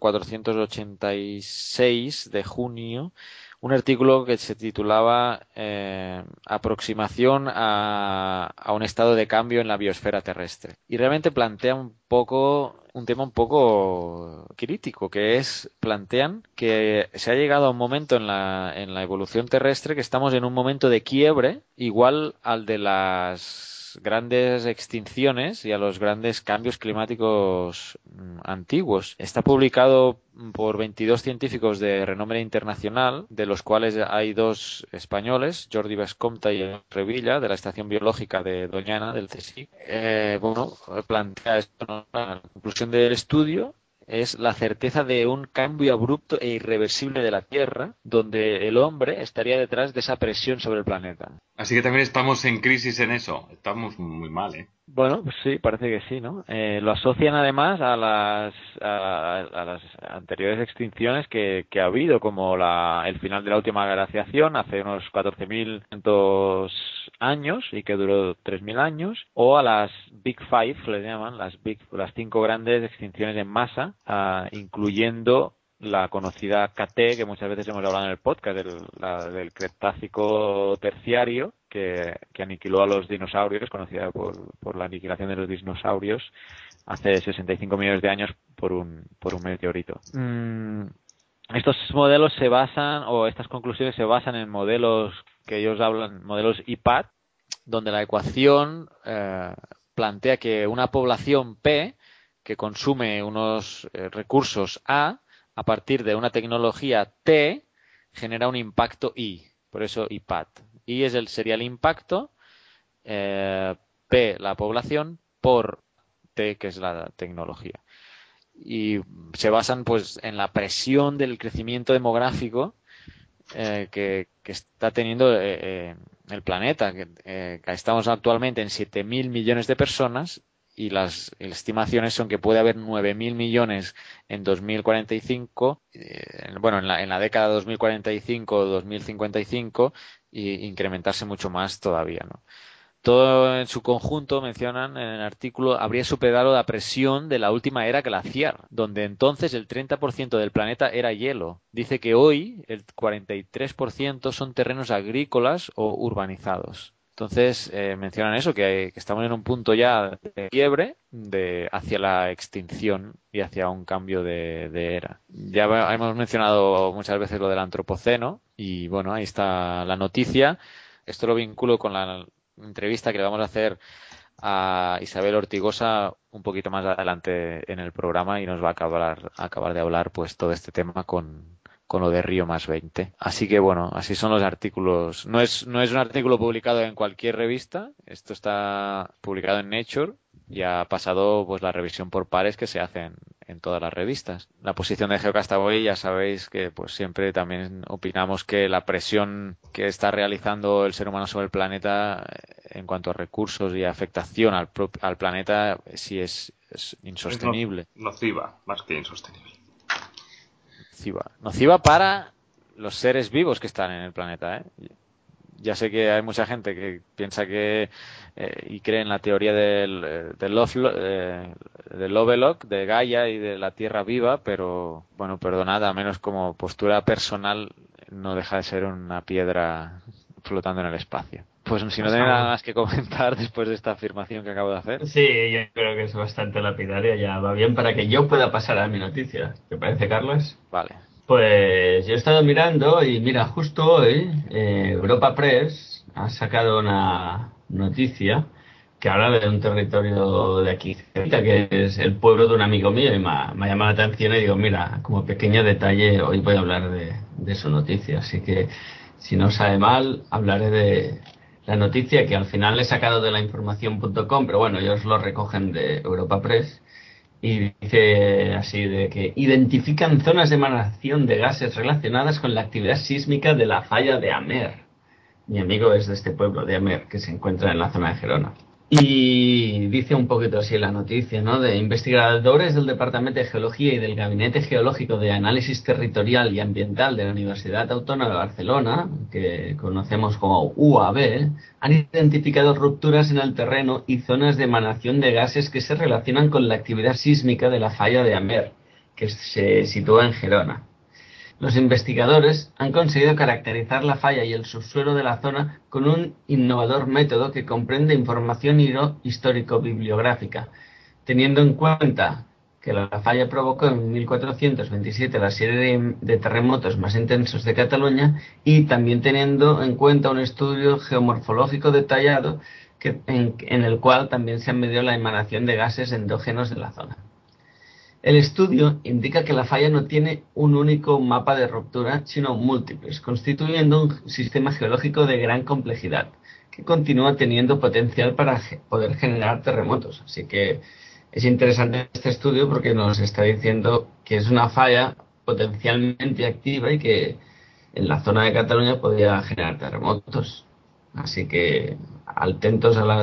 486 de junio un artículo que se titulaba Aproximación a un estado de cambio en la biosfera terrestre. Y realmente plantea un tema un poco crítico, que plantean que se ha llegado a un momento en la evolución terrestre que estamos en un momento de quiebre igual al de las grandes extinciones y a los grandes cambios climáticos antiguos. Está publicado por 22 científicos de renombre internacional, de los cuales hay 2 españoles, Jordi Bescompta y Revilla, de la Estación Biológica de Doñana, del CSIC. Plantea esto, ¿no? La conclusión del estudio es la certeza de un cambio abrupto e irreversible de la Tierra, donde el hombre estaría detrás de esa presión sobre el planeta. Así que también estamos en crisis en eso. Estamos muy mal, ¿eh? Bueno, pues sí, parece que sí, ¿no? Lo asocian además a las anteriores extinciones que ha habido, como el final de la última glaciación hace unos 14.500 años y que duró 3.000 años, o a las Big Five, les llaman, las 5 grandes extinciones en masa, incluyendo la conocida KT, que muchas veces hemos hablado en el podcast, del Cretácico terciario, que aniquiló a los dinosaurios, conocida por la aniquilación de los dinosaurios hace 65 millones de años por un meteorito. Estos modelos estas conclusiones se basan en modelos que ellos hablan, modelos IPAT, donde la ecuación plantea que una población P que consume unos recursos A partir de una tecnología T genera un impacto I, por eso IPAT. I sería el impacto, P la población, por T, que es la tecnología. Y se basan pues en la presión del crecimiento demográfico que está teniendo el planeta. Estamos actualmente en 7.000 millones de personas y las estimaciones son que puede haber 9.000 millones en 2045, en la década 2045-2055, y incrementarse mucho más todavía, ¿no? Todo en su conjunto, mencionan en el artículo, habría superado la presión de la última era glaciar, donde entonces el 30% del planeta era hielo. Dice que hoy el 43% son terrenos agrícolas o urbanizados. Entonces mencionan eso, que estamos en un punto ya de quiebre hacia la extinción y hacia un cambio de era. Ya hemos mencionado muchas veces lo del antropoceno y bueno, ahí está la noticia. Esto lo vinculo con la entrevista que le vamos a hacer a Isabel Ortigosa un poquito más adelante en el programa y nos va a acabar de hablar pues todo este tema con lo de Río+20. Así que bueno, así son los artículos. No es un artículo publicado en cualquier revista, esto está publicado en Nature y ha pasado pues la revisión por pares que se hacen en todas las revistas. La posición de Geocastaway, ya sabéis que pues siempre también opinamos que la presión que está realizando el ser humano sobre el planeta en cuanto a recursos y afectación al planeta sí es insostenible. Nociva, más que insostenible. Nociva para los seres vivos que están en el planeta, ¿eh? Ya sé que hay mucha gente que piensa que y cree en la teoría del Lovelock, de Gaia y de la Tierra viva, pero bueno, perdonad, a menos como postura personal no deja de ser una piedra flotando en el espacio. Pues si no tengo nada más que comentar después de esta afirmación que acabo de hacer. Sí, yo creo que es bastante lapidaria, ya va bien para que yo pueda pasar a mi noticia. ¿Te parece, Carlos? Vale. Pues yo he estado mirando y mira, justo hoy Europa Press ha sacado una noticia que habla de un territorio de aquí cerca, que es el pueblo de un amigo mío, y me ha llamado la atención y digo, mira, como pequeño detalle, hoy voy a hablar de su noticia. Así que, si no sabe mal, hablaré de la noticia que al final he sacado de la información.com, pero bueno, ellos lo recogen de Europa Press. Y dice así de que identifican zonas de emanación de gases relacionadas con la actividad sísmica de la falla de Amer. Mi amigo es de este pueblo de Amer, que se encuentra en la zona de Gerona. Y dice un poquito así la noticia, ¿no? De investigadores del Departamento de Geología y del Gabinete Geológico de Análisis Territorial y Ambiental de la Universidad Autónoma de Barcelona, que conocemos como UAB, han identificado rupturas en el terreno y zonas de emanación de gases que se relacionan con la actividad sísmica de la falla de Amer, que se sitúa en Gerona. Los investigadores han conseguido caracterizar la falla y el subsuelo de la zona con un innovador método que comprende información histórico-bibliográfica, teniendo en cuenta que la falla provocó en 1427 la serie de terremotos más intensos de Cataluña y también teniendo en cuenta un estudio geomorfológico detallado en el cual también se ha medido la emanación de gases endógenos de la zona. El estudio indica que la falla no tiene un único mapa de ruptura, sino múltiples, constituyendo un sistema geológico de gran complejidad, que continúa teniendo potencial para poder generar terremotos. Así que es interesante este estudio porque nos está diciendo que es una falla potencialmente activa y que en la zona de Cataluña podría generar terremotos. Así que atentos a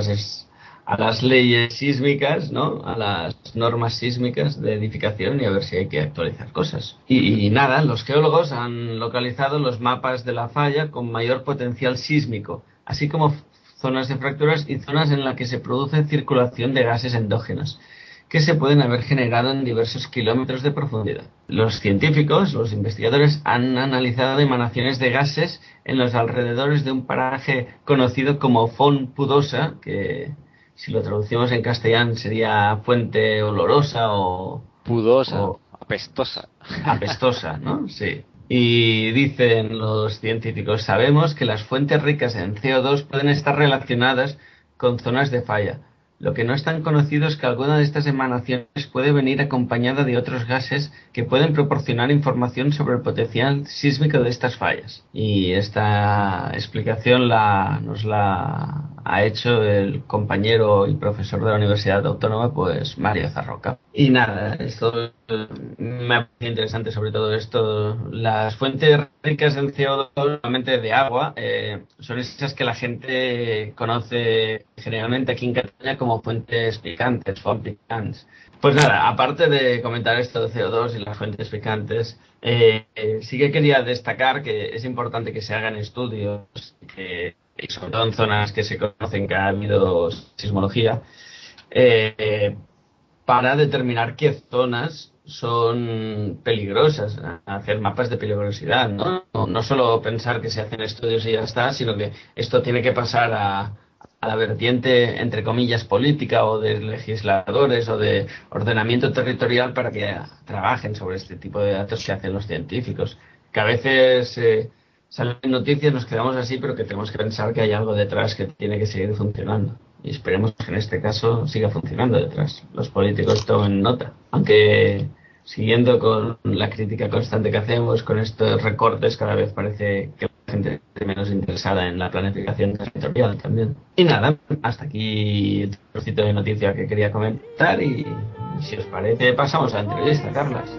las leyes sísmicas, ¿no? A las normas sísmicas de edificación y a ver si hay que actualizar cosas. Y nada, los geólogos han localizado los mapas de la falla con mayor potencial sísmico, así como zonas de fracturas y zonas en las que se produce circulación de gases endógenos, que se pueden haber generado en diversos kilómetros de profundidad. Los científicos, los investigadores, han analizado emanaciones de gases en los alrededores de un paraje conocido como Font Pudosa, que si lo traducimos en castellano sería fuente olorosa o pudosa, apestosa. Apestosa, ¿no? Sí. Y dicen los científicos, sabemos que las fuentes ricas en CO2 pueden estar relacionadas con zonas de falla. Lo que no es tan conocido es que alguna de estas emanaciones puede venir acompañada de otros gases que pueden proporcionar información sobre el potencial sísmico de estas fallas. Y esta explicación nos la ha hecho el compañero y profesor de la Universidad Autónoma, pues Mario Zarroca. Y nada, esto me ha parecido interesante sobre todo esto. Las fuentes ricas en CO2, normalmente de agua, son esas que la gente conoce generalmente aquí en Cataluña como fuentes picantes, font picants. Pues nada, aparte de comentar esto de CO2 y las fuentes picantes, sí que quería destacar que es importante que se hagan estudios, y sobre todo en zonas que se conocen que ha habido sismología, para determinar qué zonas son peligrosas, hacer mapas de peligrosidad, ¿no? No solo pensar que se hacen estudios y ya está, sino que esto tiene que pasar a la vertiente, entre comillas, política o de legisladores o de ordenamiento territorial para que trabajen sobre este tipo de datos que hacen los científicos. Que a veces salen noticias, nos quedamos así, pero que tenemos que pensar que hay algo detrás que tiene que seguir funcionando. Y esperemos que en este caso siga funcionando detrás. Los políticos tomen nota. Aunque siguiendo con la crítica constante que hacemos, con estos recortes, cada vez parece que la gente esté menos interesada en la planificación territorial también. Y nada, hasta aquí el trocito de noticia que quería comentar y si os parece pasamos a la entrevista, Carlas.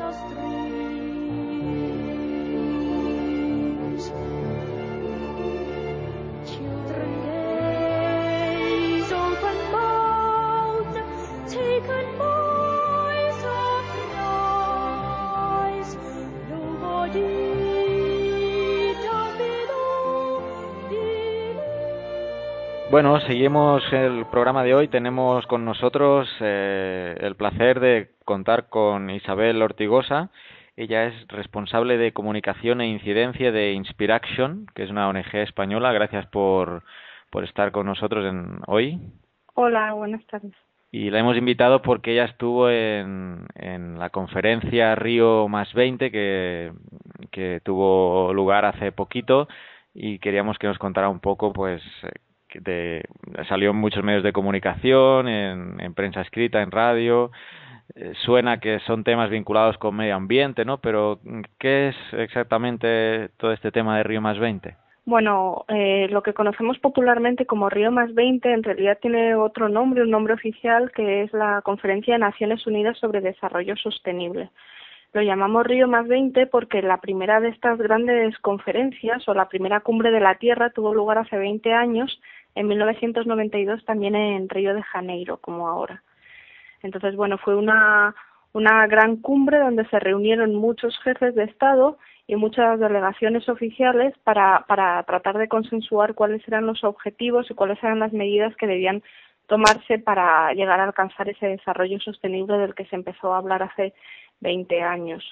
Bueno, seguimos el programa de hoy. Tenemos con nosotros el placer de contar con Isabel Ortigosa. Ella es responsable de comunicación e incidencia de Inspiraction, que es una ONG española. Gracias por estar con nosotros hoy. Hola, buenas tardes. Y la hemos invitado porque ella estuvo en la conferencia Río +20 que tuvo lugar hace poquito y queríamos que nos contara un poco, pues, salió en muchos medios de comunicación, en prensa escrita, en radio. Suena que son temas vinculados con medio ambiente, ¿no? Pero ¿qué es exactamente todo este tema de Río +20? Bueno, lo que conocemos popularmente como Río +20 en realidad tiene otro nombre, un nombre oficial, que es la Conferencia de Naciones Unidas sobre Desarrollo Sostenible. Lo llamamos Río +20 porque la primera de estas grandes conferencias, o la primera cumbre de la Tierra, tuvo lugar hace 20 años, en 1992, también en Río de Janeiro, como ahora. Entonces, bueno, fue una gran cumbre donde se reunieron muchos jefes de Estado y muchas delegaciones oficiales para tratar de consensuar cuáles eran los objetivos y cuáles eran las medidas que debían tomarse para llegar a alcanzar ese desarrollo sostenible del que se empezó a hablar hace 20 años.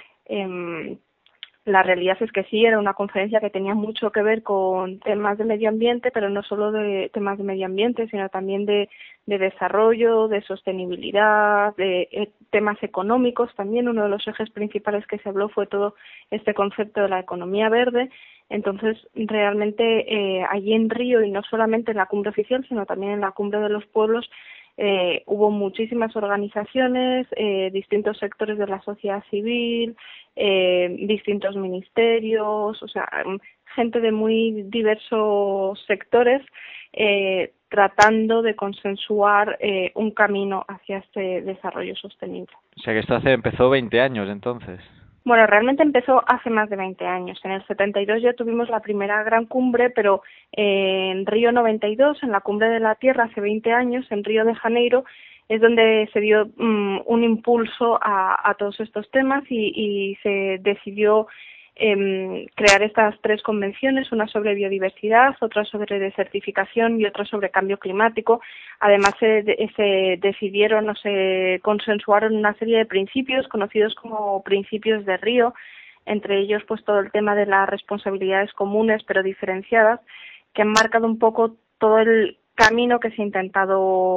La realidad es que sí, era una conferencia que tenía mucho que ver con temas de medio ambiente, pero no solo de temas de medio ambiente, sino también de desarrollo, de sostenibilidad, de temas económicos. También uno de los ejes principales que se habló fue todo este concepto de la economía verde. Entonces, realmente allí en Río, y no solamente en la cumbre oficial, sino también en la cumbre de los pueblos, hubo muchísimas organizaciones, distintos sectores de la sociedad civil, distintos ministerios, o sea, gente de muy diversos sectores tratando de consensuar un camino hacia este desarrollo sostenible. O sea que esto empezó 20 años entonces. Bueno, realmente empezó hace más de 20 años. En el 72 ya tuvimos la primera gran cumbre, pero en Río 92, en la Cumbre de la Tierra, hace 20 años, en Río de Janeiro, es donde se dio un impulso a todos estos temas y se decidió crear estas 3 convenciones, una sobre biodiversidad, otra sobre desertificación y otra sobre cambio climático. Además se decidieron o se consensuaron una serie de principios conocidos como principios de Río, entre ellos pues todo el tema de las responsabilidades comunes pero diferenciadas, que han marcado un poco todo el camino que se ha intentado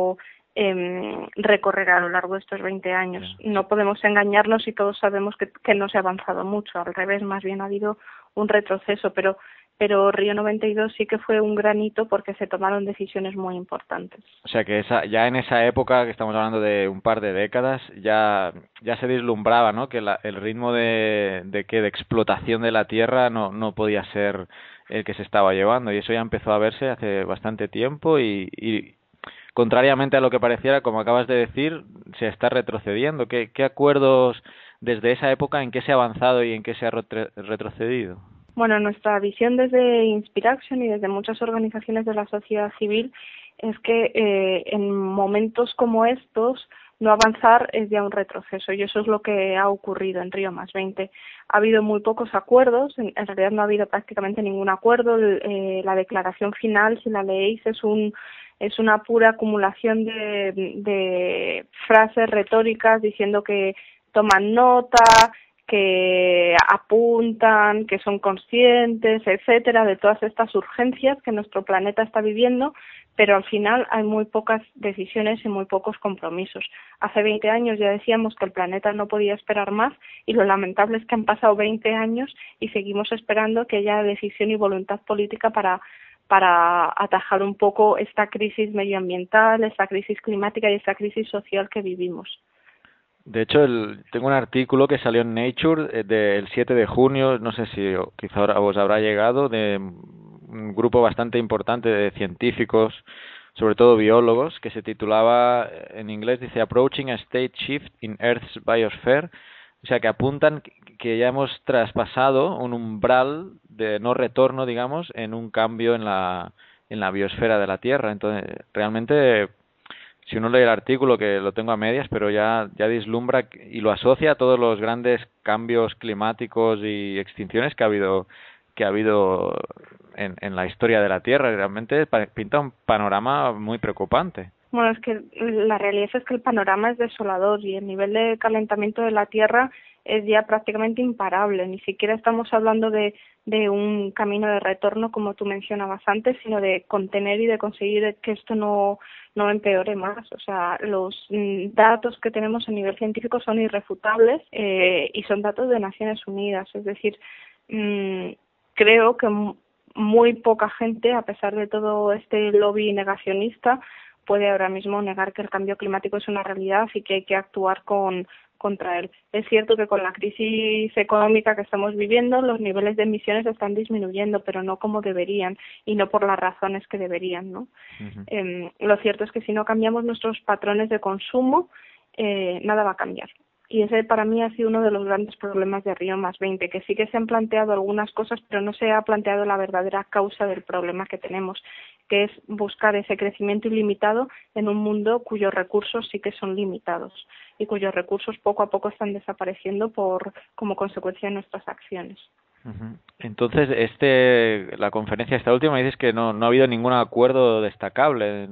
recorrer a lo largo de estos 20 años. No podemos engañarnos y todos sabemos que no se ha avanzado mucho, al revés, más bien ha habido un retroceso, pero Río 92 sí que fue un gran hito porque se tomaron decisiones muy importantes. O sea que ya en esa época, que estamos hablando de un par de décadas, ya se vislumbraba, ¿no?, que el ritmo de explotación de la tierra no podía ser el que se estaba llevando, y eso ya empezó a verse hace bastante tiempo y contrariamente a lo que pareciera, como acabas de decir, se está retrocediendo. ¿Qué acuerdos desde esa época, en qué se ha avanzado y en qué se ha retrocedido? Bueno, nuestra visión desde Inspiraction y desde muchas organizaciones de la sociedad civil es que en momentos como estos no avanzar es ya un retroceso, y eso es lo que ha ocurrido en Río+20. Ha habido muy pocos acuerdos, en realidad no ha habido prácticamente ningún acuerdo. La declaración final, si la leéis, es una pura acumulación de frases retóricas diciendo que toman nota, que apuntan, que son conscientes, etcétera, de todas estas urgencias que nuestro planeta está viviendo, pero al final hay muy pocas decisiones y muy pocos compromisos. Hace 20 años ya decíamos que el planeta no podía esperar más, y lo lamentable es que han pasado 20 años y seguimos esperando que haya decisión y voluntad política para atajar un poco esta crisis medioambiental, esta crisis climática y esta crisis social que vivimos. De hecho, tengo un artículo que salió en Nature del 7 de junio, no sé si quizá os habrá llegado, de un grupo bastante importante de científicos, sobre todo biólogos, que se titulaba, en inglés dice Approaching a State Shift in Earth's Biosphere, o sea que apuntan que ya hemos traspasado un umbral de no retorno, digamos, en un cambio en la biosfera de la Tierra. Entonces, realmente, si uno lee el artículo, que lo tengo a medias, pero ya vislumbra y lo asocia a todos los grandes cambios climáticos y extinciones que ha habido en la historia de la Tierra. Realmente pinta un panorama muy preocupante. Bueno, es que la realidad es que el panorama es desolador y el nivel de calentamiento de la Tierra es ya prácticamente imparable. Ni siquiera estamos hablando de un camino de retorno, como tú mencionabas antes, sino de contener y de conseguir que esto no empeore más. O sea, los datos que tenemos a nivel científico son irrefutables y son datos de Naciones Unidas. Es decir, creo que muy poca gente, a pesar de todo este lobby negacionista, puede ahora mismo negar que el cambio climático es una realidad y que hay que actuar contra él. Es cierto que con la crisis económica que estamos viviendo, los niveles de emisiones están disminuyendo, pero no como deberían y no por las razones que deberían, ¿no? Uh-huh. Lo cierto es que si no cambiamos nuestros patrones de consumo, nada va a cambiar. Y ese para mí ha sido uno de los grandes problemas de Río+20, que sí que se han planteado algunas cosas, pero no se ha planteado la verdadera causa del problema que tenemos, que es buscar ese crecimiento ilimitado en un mundo cuyos recursos sí que son limitados y cuyos recursos poco a poco están desapareciendo como consecuencia de nuestras acciones. Uh-huh. Entonces, la conferencia esta última, dices que no ha habido ningún acuerdo destacable.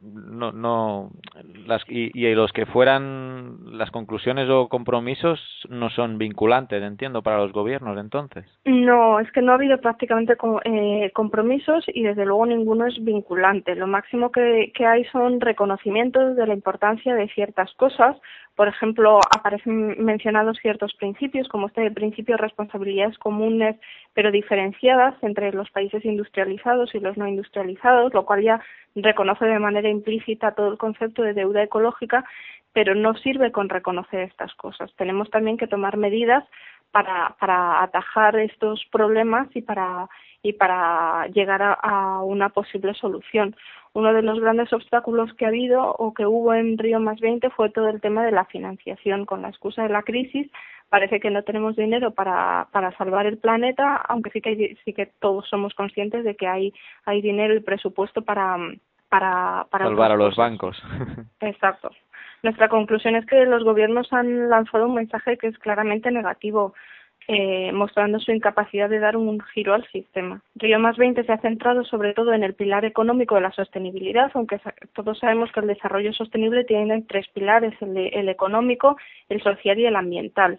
Y los que fueran las conclusiones o compromisos no son vinculantes, entiendo, para los gobiernos, entonces. No, es que no ha habido prácticamente compromisos y desde luego ninguno es vinculante. Lo máximo que hay son reconocimientos de la importancia de ciertas cosas. Por ejemplo, aparecen mencionados ciertos principios, como este principio de responsabilidades comunes pero diferenciadas entre los países industrializados y los no industrializados, lo cual ya reconoce de manera implícita todo el concepto de deuda ecológica, pero no sirve con reconocer estas cosas. Tenemos también que tomar medidas para atajar estos problemas y para llegar a una posible solución. Uno de los grandes obstáculos que ha habido o que hubo en Río+20 fue todo el tema de la financiación. Con la excusa de la crisis parece que no tenemos dinero para salvar el planeta, aunque sí que todos somos conscientes de que hay dinero y presupuesto para salvar a los bancos. Exacto. Nuestra conclusión es que los gobiernos han lanzado un mensaje que es claramente negativo, mostrando su incapacidad de dar un giro al sistema. Río+20 se ha centrado sobre todo en el pilar económico de la sostenibilidad, aunque todos sabemos que el desarrollo sostenible tiene 3 pilares, el económico, el social y el ambiental.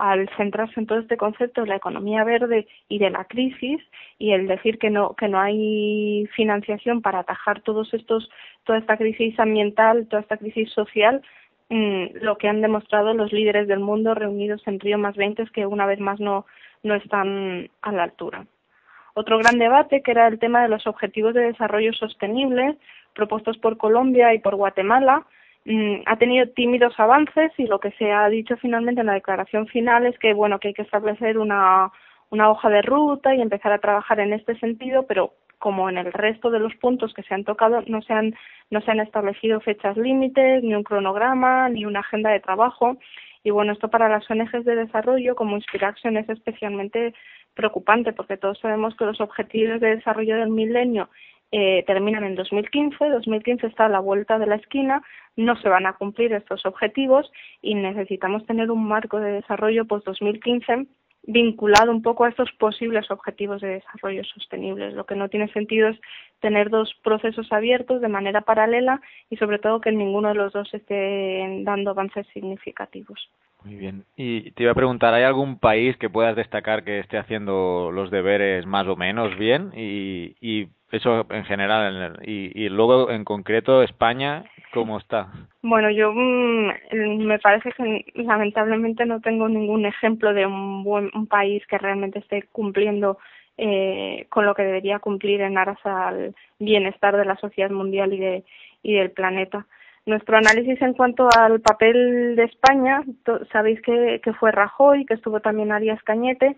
al centrarse en todo este concepto de la economía verde y de la crisis, y el decir que no hay financiación para atajar toda esta crisis ambiental, toda esta crisis social, lo que han demostrado los líderes del mundo reunidos en Río+20 es que una vez más no están a la altura. Otro gran debate, que era el tema de los objetivos de desarrollo sostenible propuestos por Colombia y por Guatemala, ha tenido tímidos avances, y lo que se ha dicho finalmente en la declaración final es que que hay que establecer una hoja de ruta y empezar a trabajar en este sentido, pero como en el resto de los puntos que se han tocado no se han establecido fechas límites, ni un cronograma, ni una agenda de trabajo. Y esto para las ONGs de desarrollo como Inspiraction es especialmente preocupante, porque todos sabemos que los objetivos de desarrollo del milenio terminan en 2015. 2015 está a la vuelta de la esquina, no se van a cumplir estos objetivos y necesitamos tener un marco de desarrollo post-2015 vinculado un poco a estos posibles objetivos de desarrollo sostenibles. Lo que no tiene sentido es tener dos procesos abiertos de manera paralela y sobre todo que ninguno de los dos esté dando avances significativos. Muy bien. Y te iba a preguntar, ¿hay algún país que puedas destacar que esté haciendo los deberes más o menos bien? Y eso en general. Y luego, en concreto, España, ¿cómo está? Bueno, yo me parece que lamentablemente no tengo ningún ejemplo de un país que realmente esté cumpliendo con lo que debería cumplir en aras al bienestar de la sociedad mundial y del planeta. Nuestro análisis en cuanto al papel de España, sabéis que fue Rajoy, que estuvo también Arias Cañete,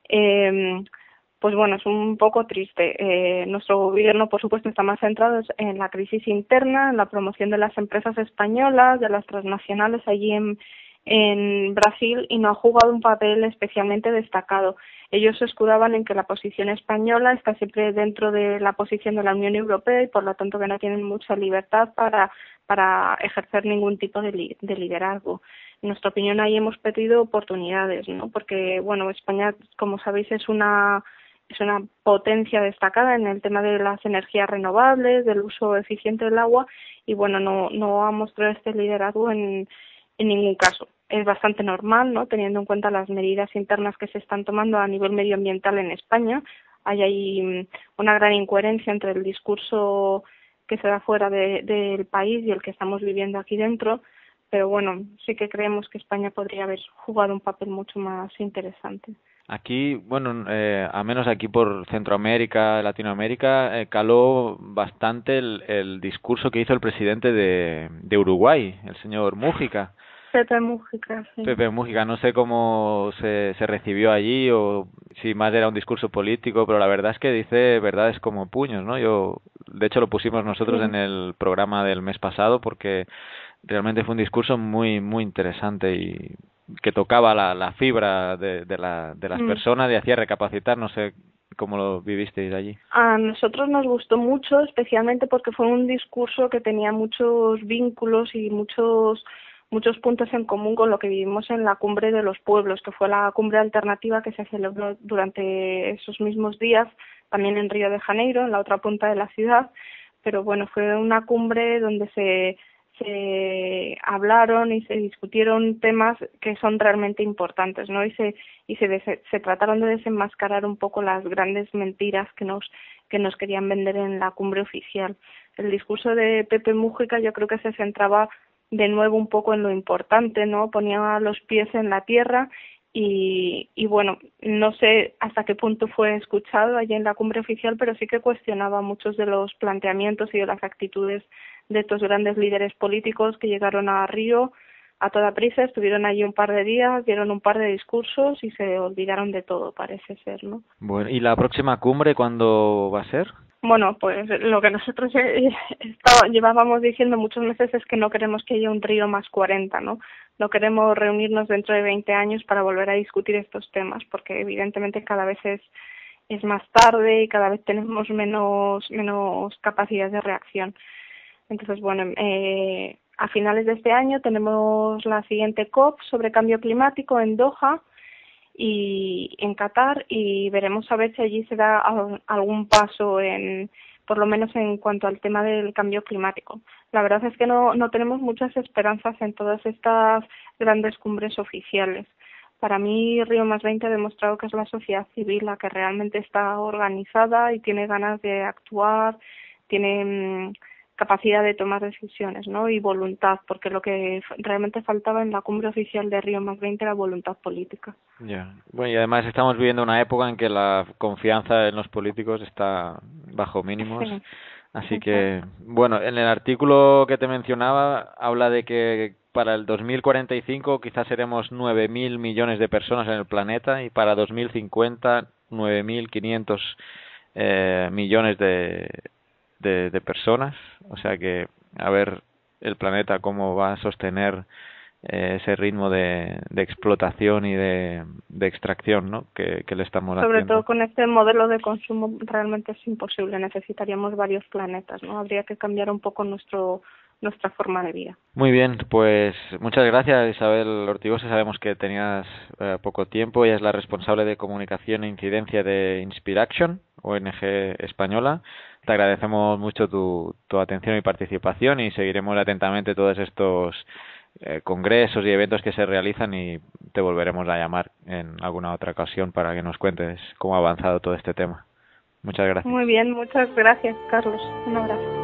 es un poco triste. Nuestro gobierno, por supuesto, está más centrado en la crisis interna, en la promoción de las empresas españolas, de las transnacionales allí en Brasil, y no ha jugado un papel especialmente destacado. Ellos se escudaban en que la posición española está siempre dentro de la posición de la Unión Europea y por lo tanto que no tienen mucha libertad para ejercer ningún tipo de liderazgo. En nuestra opinión, ahí hemos perdido oportunidades, ¿no? Porque, España, como sabéis, es una potencia destacada en el tema de las energías renovables, del uso eficiente del agua, y no ha mostrado este liderazgo en ningún caso. Es bastante normal, ¿no? Teniendo en cuenta las medidas internas que se están tomando a nivel medioambiental en España. Hay ahí una gran incoherencia entre el discurso que se da fuera del país y el que estamos viviendo aquí dentro, pero sí que creemos que España podría haber jugado un papel mucho más interesante. Aquí, a menos aquí por Centroamérica, Latinoamérica, caló bastante el discurso que hizo el presidente de Uruguay, el señor Mújica. Pepe Mújica, sí. Pepe Mújica, no sé cómo se recibió allí o si más era un discurso político, pero la verdad es que dice verdades como puños, ¿no? De hecho, lo pusimos nosotros en el programa del mes pasado porque realmente fue un discurso muy, muy interesante y que tocaba la fibra de las personas y hacía recapacitar. No sé cómo lo vivisteis allí. A nosotros nos gustó mucho, especialmente porque fue un discurso que tenía muchos vínculos y muchos puntos en común con lo que vivimos en la Cumbre de los Pueblos, que fue la cumbre alternativa que se celebró durante esos mismos días, también en Río de Janeiro, en la otra punta de la ciudad. Pero fue una cumbre donde se hablaron y se discutieron temas que son realmente importantes, ¿no? Y se trataron de desenmascarar un poco las grandes mentiras que nos querían vender en la cumbre oficial. El discurso de Pepe Mújica yo creo que se centraba de nuevo un poco en lo importante, ¿no? Ponía los pies en la tierra y no sé hasta qué punto fue escuchado allí en la cumbre oficial, pero sí que cuestionaba muchos de los planteamientos y de las actitudes de estos grandes líderes políticos que llegaron a Río a toda prisa, estuvieron allí un par de días, dieron un par de discursos y se olvidaron de todo, parece ser, ¿no? Bueno, ¿y la próxima cumbre cuándo va a ser? Pues lo que nosotros llevábamos diciendo muchos meses es que no queremos que haya un Río +40, ¿no? No queremos reunirnos dentro de 20 años para volver a discutir estos temas, porque evidentemente cada vez es más tarde y cada vez tenemos menos capacidad de reacción. Entonces, a finales de este año tenemos la siguiente COP sobre cambio climático en Doha y en Qatar, y veremos a ver si allí se da algún paso por lo menos en cuanto al tema del cambio climático. La verdad es que no tenemos muchas esperanzas en todas estas grandes cumbres oficiales, Para mí, Río Más 20 ha demostrado que es la sociedad civil la que realmente está organizada y tiene ganas de actuar, tiene capacidad de tomar decisiones, ¿no? Y voluntad, porque lo que realmente faltaba en la cumbre oficial de Río Más 20 era voluntad política. Ya. Bueno, y además estamos viviendo una época en que la confianza en los políticos está bajo mínimos. Sí. Así que, bueno, en el artículo que te mencionaba habla de que para el 2045 quizás seremos 9.000 millones de personas en el planeta y para 2050 9.500 millones de personas. O sea que a ver el planeta cómo va a sostener ese ritmo de explotación y de extracción, ¿no? que le estamos haciendo. Sobre todo con este modelo de consumo realmente es imposible, necesitaríamos varios planetas, ¿no? Habría que cambiar un poco nuestra forma de vida. Muy bien, pues muchas gracias, Isabel Ortigosa. Sabemos que tenías poco tiempo. Ella es la responsable de comunicación e incidencia de Inspiraction, ONG española. Te agradecemos mucho tu atención y participación y seguiremos atentamente todos estos congresos y eventos que se realizan y te volveremos a llamar en alguna otra ocasión para que nos cuentes cómo ha avanzado todo este tema. Muchas gracias. Muy bien, muchas gracias, Carlos. Un abrazo.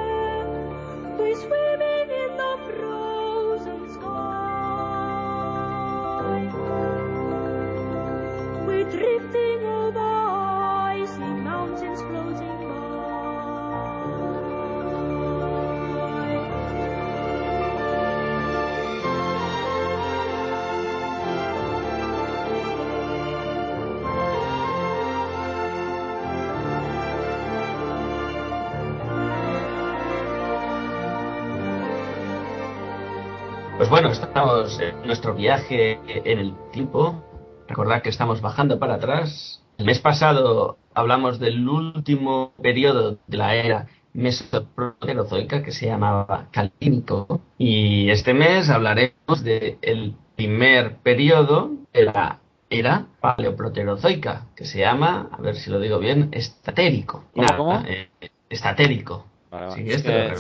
Pues bueno, estamos en nuestro viaje en el tiempo. Recordad que estamos bajando para atrás. El mes pasado hablamos del último periodo de la era mesoproterozoica, que se llamaba Calínico. Y este mes hablaremos del primer periodo de la era paleoproterozoica, que se llama, a ver si lo digo bien, estatérico. ¿Cómo? Estatérico. Vale. Sí, Es que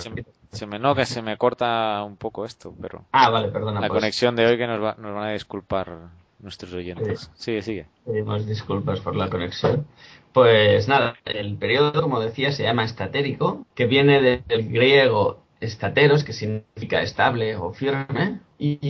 se me corta un poco esto, pero vale, perdona. la pues, conexión de hoy que nos van a disculpar nuestros oyentes. Sigue. Pedimos disculpas por la conexión. Pues nada, el periodo, como decía, se llama estatérico, que viene del griego estateros, que significa estable o firme,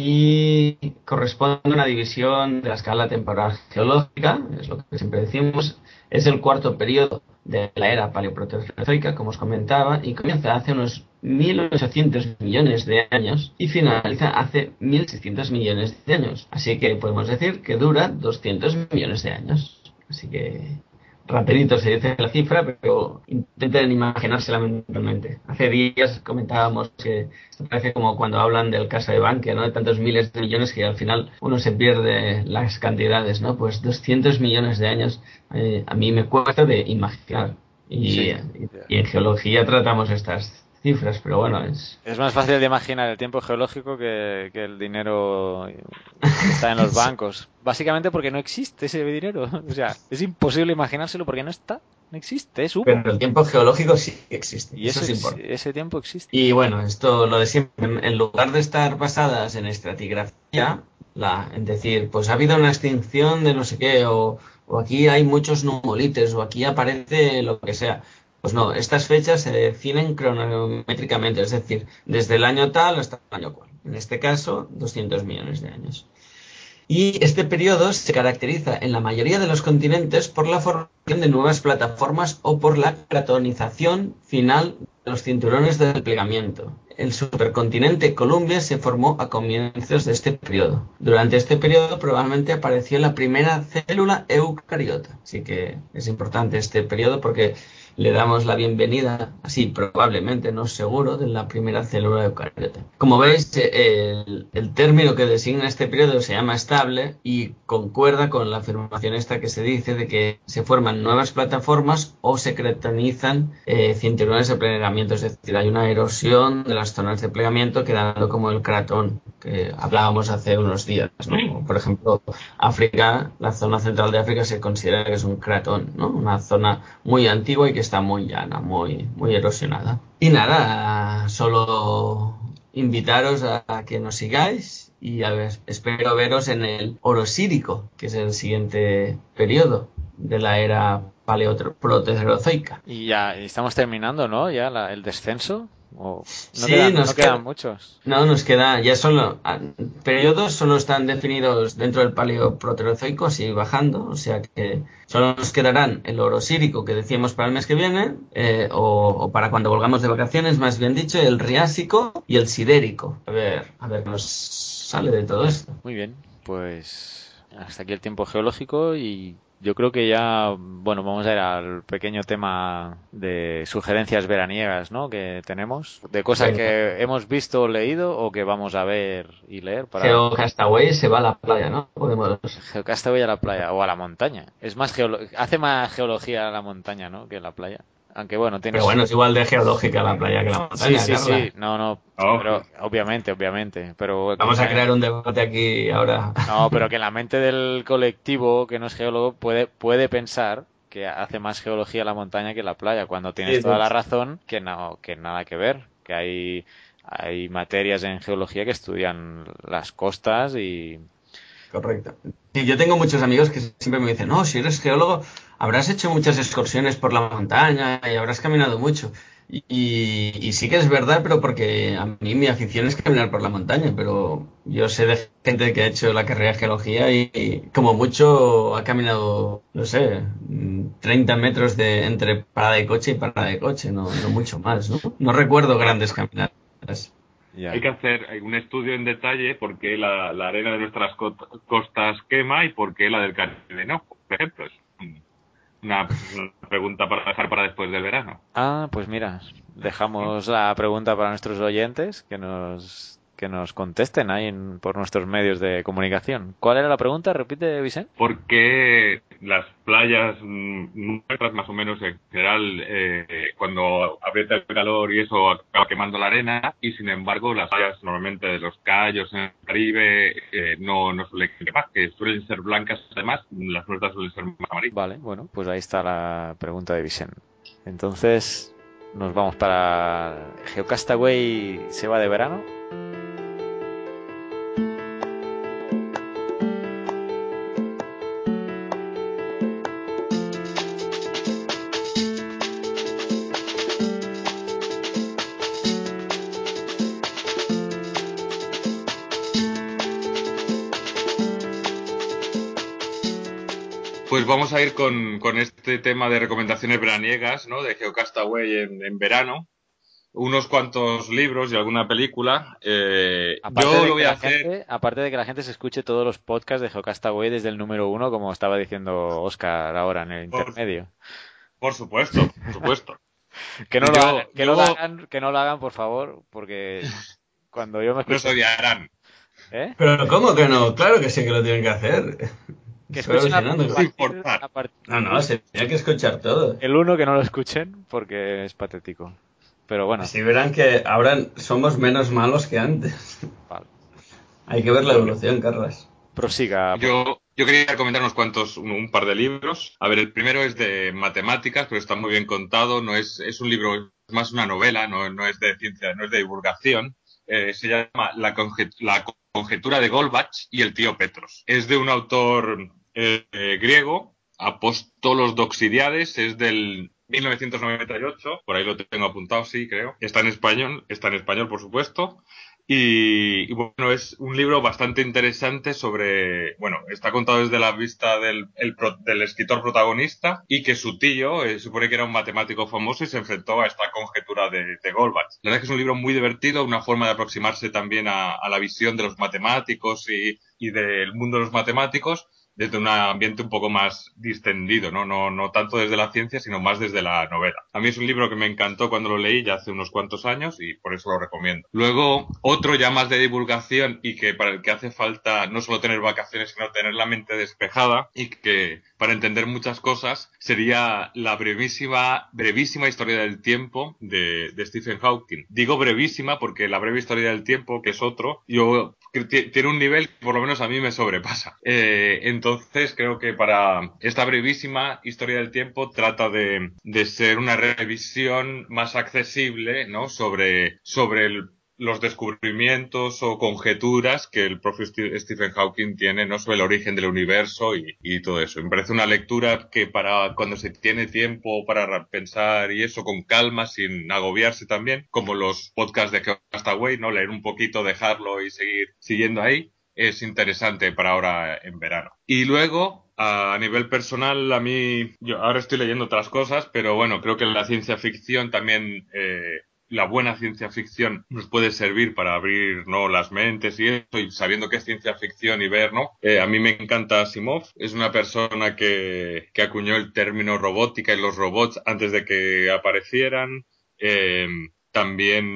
y corresponde a una división de la escala temporal geológica, es lo que siempre decimos. Es el cuarto periodo de la era paleoproterozoica, como os comentaba, y comienza hace unos 1.800 millones de años y finaliza hace 1.600 millones de años. Así que podemos decir que dura 200 millones de años. Así que rapidito se dice la cifra, pero intenten imaginársela mentalmente. Hace días comentábamos que esto parece como cuando hablan del caso de Bankia, ¿no? De tantos miles de millones que al final uno se pierde las cantidades, ¿no? Pues 200 millones de años a mí me cuesta de imaginar. Y en geología tratamos estas cifras, pero bueno, es más fácil de imaginar el tiempo geológico que el dinero que está en los bancos. Básicamente porque no existe ese dinero. O sea, es imposible imaginárselo porque no está, no existe, es humo. Pero el tiempo geológico sí existe. Y eso es importante. Ese tiempo existe. Y bueno, esto lo de siempre, en lugar de estar basadas en estratigrafía, en decir, pues ha habido una extinción de no sé qué, o aquí hay muchos numolites, o aquí aparece lo que sea. Pues no, estas fechas se definen cronométricamente, es decir, desde el año tal hasta el año cual. En este caso, 200 millones de años. Y este periodo se caracteriza en la mayoría de los continentes por la formación de nuevas plataformas o por la cratonización final de los cinturones de desplegamiento. El supercontinente Columbia se formó a comienzos de este periodo. Durante este periodo probablemente apareció la primera célula eucariota. Así que es importante este periodo porque le damos la bienvenida, así probablemente, no seguro, de la primera célula eucariota. Como veis, el término que designa este periodo se llama estable y concuerda con la afirmación esta que se dice de que se forman nuevas plataformas o se cratonizan cinturones de plegamiento, es decir, hay una erosión de las zonas de plegamiento quedando como el cratón que hablábamos hace unos días, ¿no? Por ejemplo, África, la zona central de África se considera que es un cratón, ¿no? Una zona muy antigua y que está muy llana, muy erosionada. Y nada, solo invitaros a que nos sigáis y espero veros en el Orosírico, que es el siguiente periodo de la era paleoproterozoica. Y ya estamos terminando, ¿no? Ya el descenso. ¿O Sí, no quedan muchos? No, nos queda, ya solo, periodos solo están definidos dentro del paleoproterozoico, así bajando, o sea que solo nos quedarán el orosírico que decíamos para el mes que viene, o para cuando volvamos de vacaciones, más bien dicho, el riásico y el sidérico. A ver qué nos sale de todo esto. Muy bien, pues hasta aquí el tiempo geológico y yo creo que ya, bueno, vamos a ir al pequeño tema de sugerencias veraniegas, ¿no? Que tenemos, de cosas Venga. que hemos visto o leído o que vamos a ver y leer para GeoCastaway se va a la playa, ¿no? Podemos... Geocastaway a la playa o a la montaña. Es más hace más geología a la montaña, ¿no? Que a la playa. Aunque bueno, Pero bueno, es igual de geológica la playa que la montaña, Sí, Carla. sí, no, pero obviamente, pero Vamos a crear un debate aquí ahora. no, pero que en la mente del colectivo que no es geólogo puede pensar que hace más geología la montaña que la playa, cuando tienes Sí, toda sí. la razón que no, que nada que ver, que hay materias en geología que estudian las costas y Correcto. Sí, yo tengo muchos amigos que siempre me dicen, no, si eres geólogo, habrás hecho muchas excursiones por la montaña y habrás caminado mucho. Y sí que es verdad, pero porque a mí mi afición es caminar por la montaña, pero yo sé de gente que ha hecho la carrera de geología y como mucho ha caminado, no sé, 30 metros entre parada de coche y parada de coche, no mucho más, ¿no? No recuerdo grandes caminatas. ya. Hay que hacer un estudio en detalle por qué la arena de nuestras costas quema y por qué la del Caribe no, por ejemplo. Es una pregunta para dejar para después del verano. Ah, pues mira, dejamos la pregunta para nuestros oyentes que nos contesten ahí por nuestros medios de comunicación. ¿Cuál era la pregunta? Repite, Vicente. ¿Por qué las playas nuestras, más o menos en general, cuando aprieta el calor y eso acaba quemando la arena, y sin embargo las playas normalmente de los Cayos en el Caribe no suelen quemar, que suelen ser blancas, además las nuestras suelen ser más amarillas? Vale, bueno, pues ahí está la pregunta de Vicente. Entonces, nos vamos para GeoCastaway se va de verano. Pues vamos a ir con este tema de recomendaciones veraniegas, ¿no? De GeoCastaway en verano. Unos cuantos libros y alguna película. Yo lo voy a hacer. Aparte de que la gente se escuche todos los podcasts de GeoCastaway desde el número 1, como estaba diciendo Oscar ahora en el intermedio. Por supuesto, por supuesto. Que no lo hagan, que no lo hagan, por favor, porque cuando yo me escucho... Nos odiarán. ¿Eh? Pero ¿cómo que no? Claro que sí que lo tienen que hacer. Que Estoy escuchen alucinando. No, se tiene que escuchar todo. el uno que no lo escuchen porque es patético. Pero bueno. Así verán que ahora somos menos malos que antes. Vale. Hay que ver la evolución, Carlas. Prosiga. Yo quería recomendar un par de libros. A ver, el primero es de matemáticas, pero está muy bien contado. No es un libro, es más una novela, no es de ciencia, no es de divulgación. Se llama La conjetura de Goldbach y el tío Petros. Es de un autor griego, Apóstolos Doxidiades, es del 1998, por ahí lo tengo apuntado, sí, creo. Está en español, por supuesto. Y bueno, es un libro bastante interesante sobre, bueno, está contado desde la vista del escritor protagonista y que su tío supone que era un matemático famoso y se enfrentó a esta conjetura de Goldbach. La verdad es que es un libro muy divertido, una forma de aproximarse también a la visión de los matemáticos y del mundo de los matemáticos desde un ambiente un poco más distendido, ¿no? No tanto desde la ciencia, sino más desde la novela. A mí es un libro que me encantó cuando lo leí ya hace unos cuantos años y por eso lo recomiendo. Luego, otro ya más de divulgación y que para el que hace falta no solo tener vacaciones, sino tener la mente despejada y que para entender muchas cosas sería la brevísima historia del tiempo de Stephen Hawking. Digo brevísima porque la breve historia del tiempo, que es otro, tiene un nivel que por lo menos a mí me sobrepasa. Entonces creo que para esta brevísima historia del tiempo trata de ser una revisión más accesible, ¿no? sobre los descubrimientos o conjeturas que el propio Stephen Hawking tiene, ¿no? Sobre el origen del universo y todo eso. Me parece una lectura que para cuando se tiene tiempo para pensar y eso con calma, sin agobiarse también, como los podcasts de Castaway, ¿no? Leer un poquito, dejarlo y seguir siguiendo ahí, es interesante para ahora en verano. Y luego, a nivel personal, a mí, yo ahora estoy leyendo otras cosas, pero bueno, creo que la ciencia ficción también, la buena ciencia ficción nos puede servir para abrir, ¿no? Las mentes y eso, y sabiendo qué es ciencia ficción y ver, ¿no? A mí me encanta Asimov, es una persona que acuñó el término robótica y los robots antes de que aparecieran. También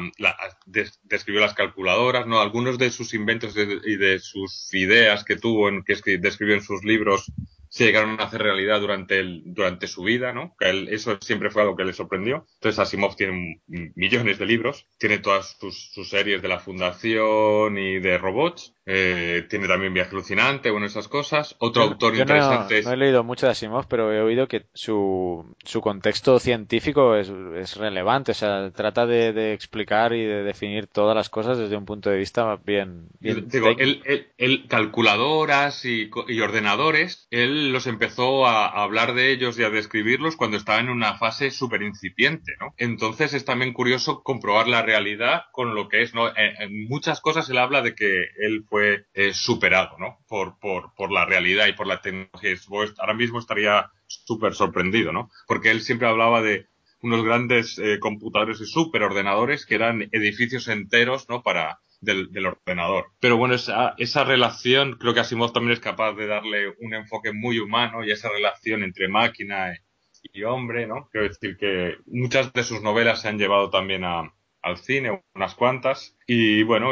describió las calculadoras, ¿no? Algunos de sus inventos y de sus ideas que tuvo, describió en sus libros, se llegaron a hacer realidad durante su vida, ¿no? Eso siempre fue algo que le sorprendió. Entonces Asimov tiene millones de libros, tiene todas sus series de la Fundación y de robots, tiene también Viaje Alucinante, bueno, esas cosas. Otro autor interesante no he leído mucho de Asimov, pero he oído que su contexto científico es relevante, o sea, trata de explicar y de definir todas las cosas desde un punto de vista bien digo, él calculadoras y ordenadores, él los empezó a hablar de ellos y a describirlos cuando estaba en una fase súper incipiente, ¿no? Entonces es también curioso comprobar la realidad con lo que es, ¿no? En muchas cosas él habla de que él fue superado, ¿no? Por la realidad y por la tecnología. Ahora mismo estaría súper sorprendido, ¿no? Porque él siempre hablaba de unos grandes computadores y superordenadores que eran edificios enteros, ¿no? Del ordenador. Pero bueno, esa relación, creo que Asimov también es capaz de darle un enfoque muy humano y esa relación entre máquina y hombre, ¿no? Quiero decir que muchas de sus novelas se han llevado también al cine, unas cuantas, y bueno,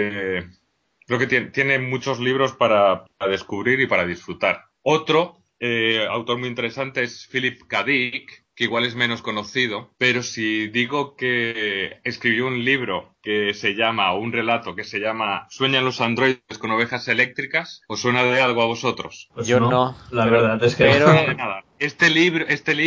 creo que tiene muchos libros para descubrir y para disfrutar. Otro autor muy interesante es Philip K. Dick, que igual es menos conocido, pero si digo que escribió un libro que se llama, o un relato que se llama ¿Sueñan los androides con ovejas eléctricas? ¿Os suena de algo a vosotros? Pues Yo no, la pero, verdad es que pero No, de nada. Este libro,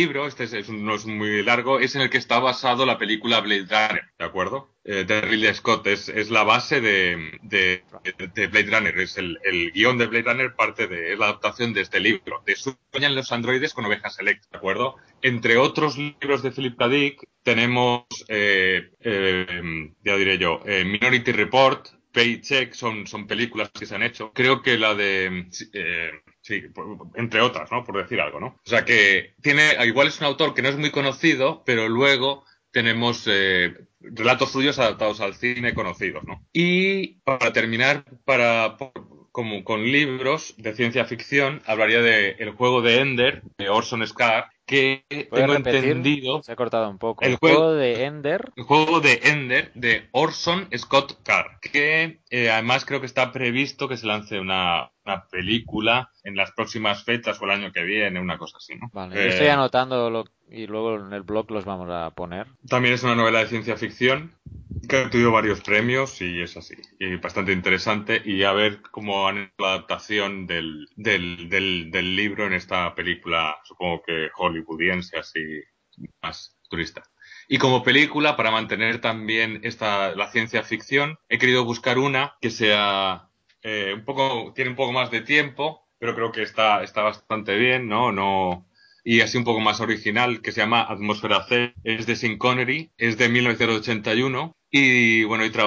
no es muy largo, es en el que está basado la película Blade Runner, ¿de acuerdo? De Ridley Scott, es la base de Blade Runner, es el guión de Blade Runner, es la adaptación de este libro, de Sueñan los androides con ovejas eléctricas, ¿de acuerdo? Entre otros libros de Philip K. Dick tenemos, ya diré yo, Minority Report, Paycheck, son películas que se han hecho. Creo que la de... sí, entre otras, ¿no? Por decir algo, ¿no? O sea que igual es un autor que no es muy conocido, pero luego tenemos relatos suyos adaptados al cine conocidos, ¿no? Y para terminar, como con libros de ciencia ficción, hablaría de El juego de Ender, de Orson Scott, que ¿puedes tengo repetir? entendido... Se ha cortado un poco. El El juego, juego de Ender. el juego de Ender de Orson Scott Card, que además creo que está previsto que se lance una película en las próximas fechas o el año que viene, una cosa así, ¿no? Vale, yo estoy anotando y luego en el blog los vamos a poner. También es una novela de ciencia ficción que ha tenido varios premios y es así, y bastante interesante, y a ver cómo han hecho la adaptación del libro en esta película, supongo que hollywoodiense, así más turista. Y como película, para mantener también la ciencia ficción, he querido buscar una que sea tiene un poco más de tiempo, pero creo que está bastante bien, ¿no? Y así un poco más original, que se llama Atmósfera C, es de Sean Connery, es de 1981, y bueno, y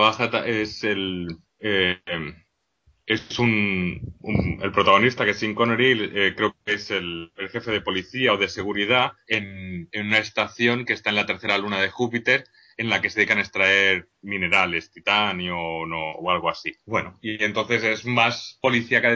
el protagonista, que es Sean Connery, creo que es el jefe de policía o de seguridad en una estación que está en la tercera luna de Júpiter, en la que se dedican a extraer minerales, titanio o algo así. Bueno, y entonces es más policíaca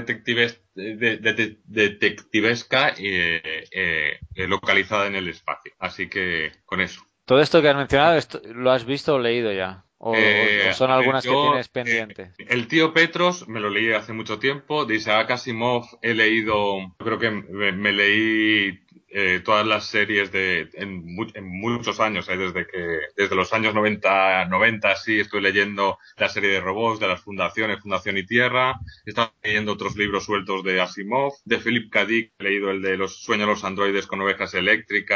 detectivesca localizada en el espacio. Así que con eso. Todo esto que has mencionado, ¿lo has visto o leído ya? ¿O son A ver, algunas que tienes pendiente? el tío Petros me lo leí hace mucho tiempo. De Isaac Asimov he leído, yo creo que me leí todas las series en muchos años, desde los años 90 sí, estoy leyendo la serie de robots de las fundaciones, Fundación y Tierra. He estado leyendo otros libros sueltos de Asimov. De Philip K. Dick he leído el de Los sueños de los androides con ovejas eléctricas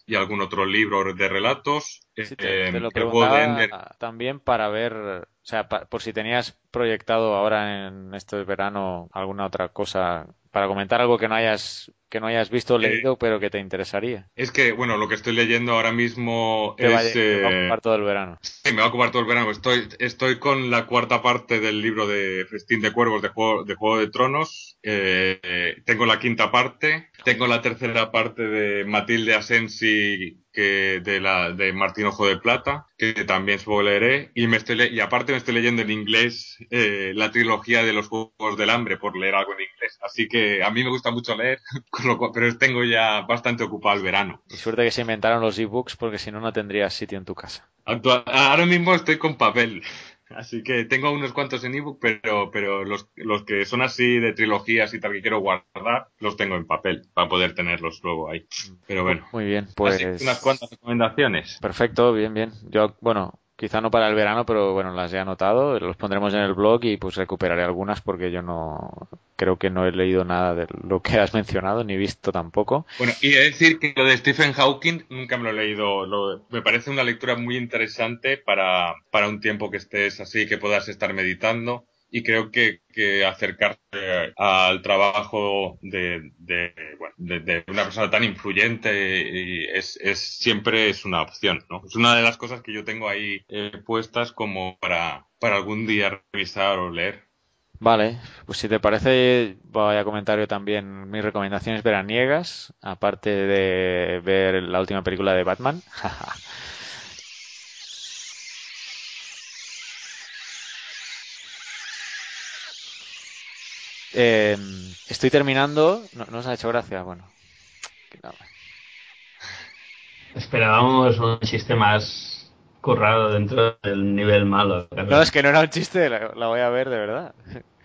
y algún otro libro de relatos. Sí, te lo el juego de Ender. también para ver, o sea, por si tenías proyectado ahora en este verano alguna otra cosa, para comentar algo que no hayas visto o leído, pero que te interesaría. Es que, bueno, lo que estoy leyendo ahora mismo Te va a es... ocupar todo el verano. Sí, me va a ocupar todo el verano. Estoy con la cuarta parte del libro de Festín de Cuervos de Juego de Tronos. Tengo la quinta parte. Tengo la tercera parte de Matilde Asensi, de Martín Ojo de Plata, que también supongo leeré. Y aparte me estoy leyendo en inglés la trilogía de los Juegos del Hambre, por leer algo en inglés. Así que a mí me gusta mucho leer, pero tengo ya bastante ocupado el verano. Y suerte que se inventaron los ebooks, porque si no, no tendrías sitio en tu casa. Ahora mismo estoy con papel, así que tengo unos cuantos en ebook, pero los que son así de trilogías y tal que quiero guardar, los tengo en papel para poder tenerlos luego ahí. Pero bueno. Muy bien, pues... Así que unas cuantas recomendaciones. Perfecto, bien, bien. Yo, bueno, quizá no para el verano, pero bueno, las he anotado, los pondremos en el blog y pues recuperaré algunas porque yo no creo que no he leído nada de lo que has mencionado ni visto tampoco. Bueno, y he de decir que lo de Stephen Hawking nunca me lo he leído. Me parece una lectura muy interesante para un tiempo que estés así, que puedas estar meditando. Y creo que acercarse al trabajo de una persona tan influyente siempre es una opción, ¿no? Es una de las cosas que yo tengo ahí puestas como para algún día revisar o leer. Vale, pues si te parece, voy a comentar yo también mis recomendaciones veraniegas, aparte de ver la última película de Batman. Eh, Estoy terminando. ¿No os ha hecho gracia? Bueno. No. Esperábamos un chiste más currado dentro del nivel malo. No, es que no era un chiste, la voy a ver de verdad.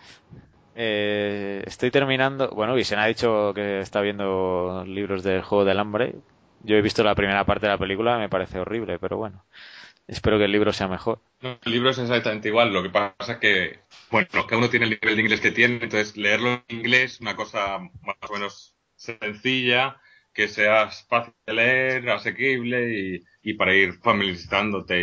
Estoy terminando. Bueno, Vicen ha dicho que está viendo libros del Juego del Hambre. Yo he visto la primera parte de la película, me parece horrible, pero bueno. Espero que el libro sea mejor. No, el libro es exactamente igual, lo que pasa es que, bueno, cada uno tiene el nivel de inglés que tiene, entonces leerlo en inglés, una cosa más o menos sencilla, que sea fácil de leer, asequible y para ir familiarizándote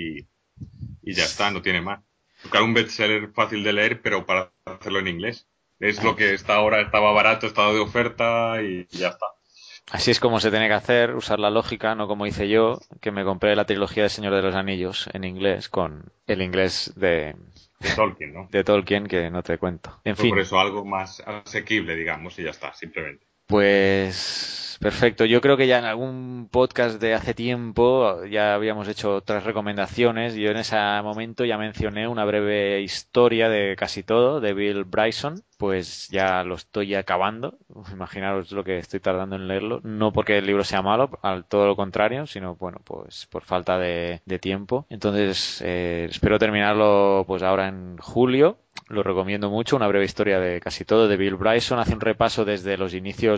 y ya está, no tiene más. Buscar un bestseller fácil de leer, pero para hacerlo en inglés. Es lo que está ahora, estaba barato, estaba de oferta y ya está. Así es como se tiene que hacer, usar la lógica, no como hice yo, que me compré la trilogía de Señor de los Anillos en inglés, con el inglés De Tolkien, ¿no? de Tolkien, que no te cuento. En fin. Por eso algo más asequible, digamos, y ya está, simplemente. Pues perfecto. Yo creo que ya en algún podcast de hace tiempo ya habíamos hecho otras recomendaciones. Yo en ese momento ya mencioné una breve historia de casi todo de Bill Bryson. Pues ya lo estoy acabando. Imaginaros lo que estoy tardando en leerlo. No porque el libro sea malo, al todo lo contrario, sino bueno, pues por falta de tiempo. Entonces espero terminarlo pues ahora en julio. Lo recomiendo mucho, una breve historia de casi todo de Bill Bryson. Hace un repaso desde los inicios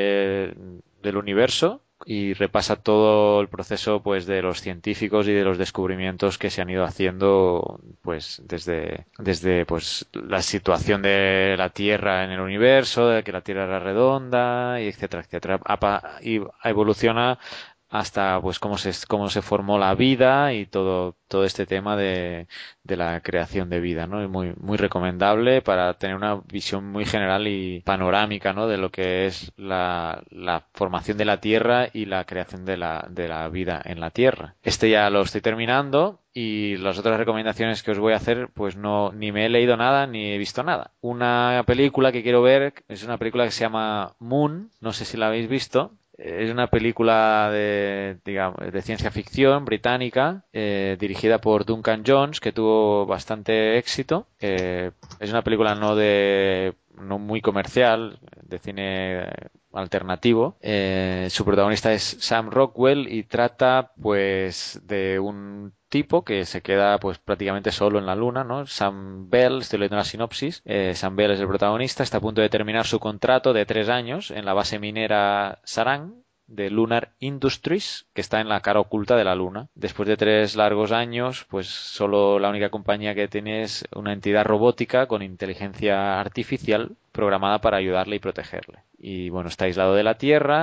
del universo y repasa todo el proceso pues de los científicos y de los descubrimientos que se han ido haciendo pues desde pues la situación de la Tierra en el universo, de que la Tierra era redonda, y etcétera, etcétera. Y evoluciona hasta pues cómo se formó la vida y todo este tema de la creación de vida, ¿no? Es muy recomendable para tener una visión muy general y panorámica, ¿no? De lo que es la formación de la Tierra y la creación de la vida en la Tierra. Este ya lo estoy terminando y las otras recomendaciones que os voy a hacer, pues no, ni me he leído nada ni he visto nada. Una película que quiero ver es una película que se llama Moon, no sé si la habéis visto. Es una película de ciencia ficción británica, dirigida por Duncan Jones, que tuvo bastante éxito. Es una película no muy comercial, de cine alternativo. Su protagonista es Sam Rockwell y trata pues de un tipo que se queda pues prácticamente solo en la luna, ¿no? Sam Bell, estoy leyendo la sinopsis, Sam Bell es el protagonista, está a punto de terminar su contrato de 3 años en la base minera Sarang de Lunar Industries, que está en la cara oculta de la Luna. Después de 3 largos años, pues solo la única compañía que tiene es una entidad robótica con inteligencia artificial programada para ayudarle y protegerle. Y bueno, está aislado de la Tierra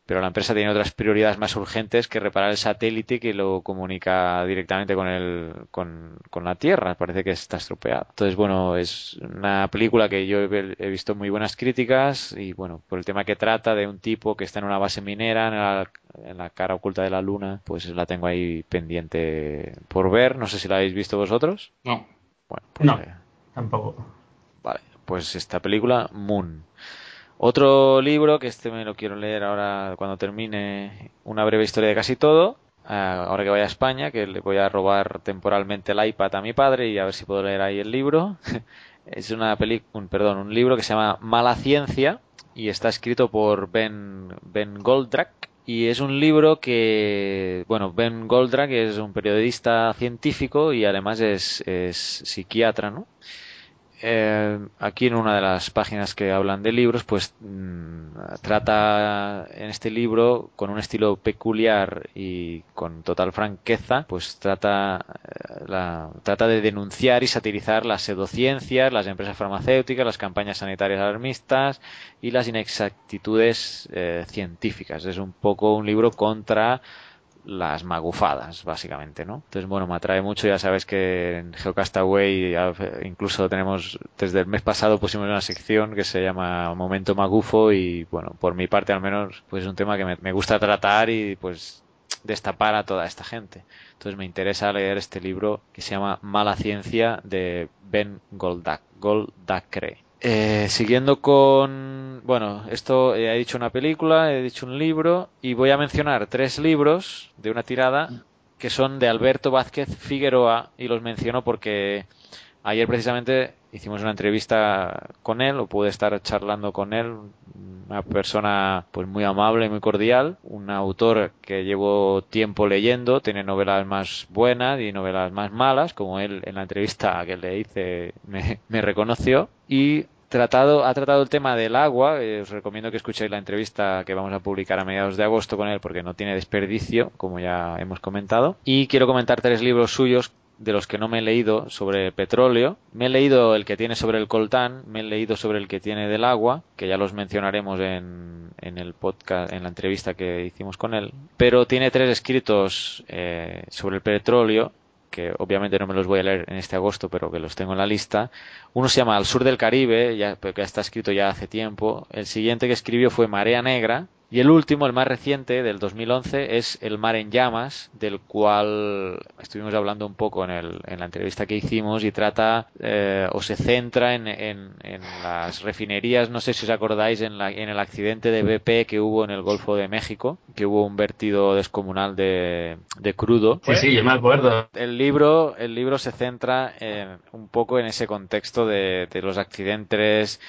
pero la empresa tiene otras prioridades más urgentes que reparar el satélite que lo comunica directamente con la Tierra. Parece que está estropeado. Entonces, bueno, es una película que yo he visto muy buenas críticas y, bueno, por el tema que trata de un tipo que está en una base minera en la cara oculta de la Luna, pues la tengo ahí pendiente por ver. No sé si la habéis visto vosotros. No. Bueno, pues, No, tampoco. Vale, pues esta película, Moon. Otro libro, que me lo quiero leer ahora cuando termine, Una breve historia de casi todo, ahora que vaya a España, que le voy a robar temporalmente el iPad a mi padre y a ver si puedo leer ahí el libro. Es un libro que se llama Mala Ciencia y está escrito por Ben Goldrack. Y es un libro que, bueno, Ben Goldrack es un periodista científico y además es psiquiatra, ¿no? Aquí en una de las páginas que hablan de libros, pues trata en este libro con un estilo peculiar y con total franqueza, pues trata de denunciar y satirizar las pseudociencias, las empresas farmacéuticas, las campañas sanitarias alarmistas y las inexactitudes científicas. Es un poco un libro contra las magufadas, básicamente, ¿no? Entonces, bueno, me atrae mucho. Ya sabes que en Geocastaway incluso tenemos, desde el mes pasado pusimos una sección que se llama Momento Magufo y, bueno, por mi parte al menos, pues es un tema que me gusta tratar y, pues, destapar a toda esta gente. Entonces me interesa leer este libro que se llama Mala Ciencia de Ben Goldacre. Siguiendo con... Bueno, esto he dicho una película, he dicho un libro y voy a mencionar 3 libros de una tirada que son de Alberto Vázquez Figueroa y los menciono porque ayer precisamente hicimos una entrevista con él, o pude estar charlando con él, una persona pues muy amable, muy cordial, un autor que llevo tiempo leyendo, tiene novelas más buenas y novelas más malas, como él en la entrevista que le hice me reconoció, y ha tratado el tema del agua. Os recomiendo que escuchéis la entrevista que vamos a publicar a mediados de agosto con él porque no tiene desperdicio, como ya hemos comentado. Y quiero comentar 3 libros suyos de los que no me he leído sobre petróleo. Me he leído el que tiene sobre el coltán, me he leído sobre el que tiene del agua, que ya los mencionaremos en el podcast, en la entrevista que hicimos con él. Pero tiene 3 escritos sobre el petróleo, que obviamente no me los voy a leer en este agosto, pero que los tengo en la lista. Uno se llama Al sur del Caribe, pero que está escrito ya hace tiempo. El siguiente que escribió fue Marea Negra. Y el último, el más reciente, del 2011, es El mar en llamas, del cual estuvimos hablando un poco en la entrevista que hicimos y trata o se centra en las refinerías. No sé si os acordáis en el accidente de BP que hubo en el Golfo de México, que hubo un vertido descomunal de crudo. Sí, yo me acuerdo. El libro se centra un poco en ese contexto de los accidentes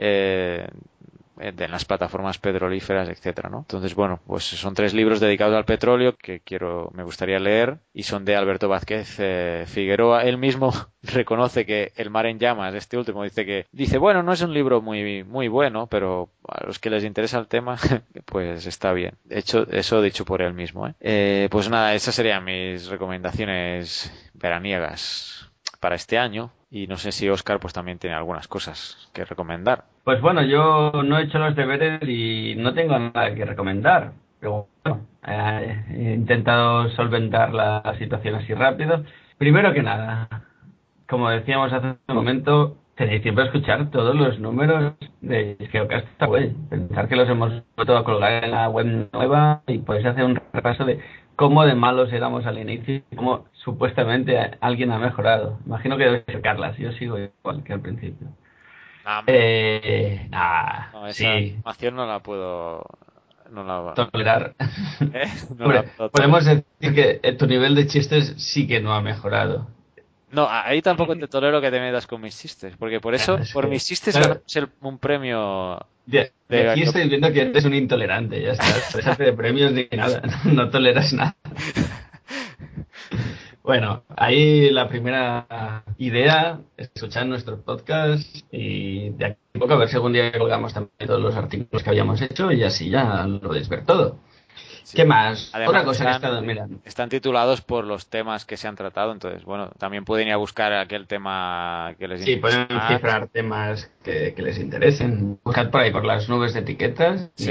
de las plataformas petrolíferas, etcétera, ¿no? Entonces, bueno, pues son 3 libros dedicados al petróleo que me gustaría leer y son de Alberto Vázquez Figueroa. Él mismo reconoce que El mar en llamas, este último, dice, bueno, no es un libro muy muy bueno, pero a los que les interesa el tema, pues está bien. Eso dicho por él mismo, pues nada, esas serían mis recomendaciones veraniegas para este año. Y no sé si Óscar pues también tiene algunas cosas que recomendar. Pues bueno, yo no he hecho los deberes y no tengo nada que recomendar. Pero bueno, he intentado solventar la situación así rápido. Primero que nada, como decíamos hace un momento, tenéis tiempo a escuchar todos los números de Geocastaway. Pensar que los hemos vuelto a colgar en la web nueva y podéis hacer un repaso de cómo de malos éramos al inicio y cómo supuestamente alguien ha mejorado. Imagino que debe ser Carlas, yo sigo igual que al principio. No, esa Sí, información no la puedo tolerar. no Hombre, la puedo podemos tolerar. decir que tu nivel de chistes sí que no ha mejorado. No, ahí tampoco te tolero que te metas con mis chistes, porque Claro, es por que, mis chistes claro, ganamos un premio de aquí estoy viendo que eres un intolerante, ya está. Déjate de premios ni nada, no toleras nada. Bueno, ahí la primera idea es escuchar nuestros podcasts y de aquí a poco a ver si algún día colgamos también todos los artículos que habíamos hecho y así ya lo podéis ver todo. Sí. ¿Qué más? Además Otra cosa que he estado mirando. están titulados por los temas que se han tratado, entonces, bueno, también pueden ir a buscar aquel tema que les Sí, interesa pueden más. cifrar temas que les interesen. Buscad por ahí por las nubes de etiquetas y Sí. ya está.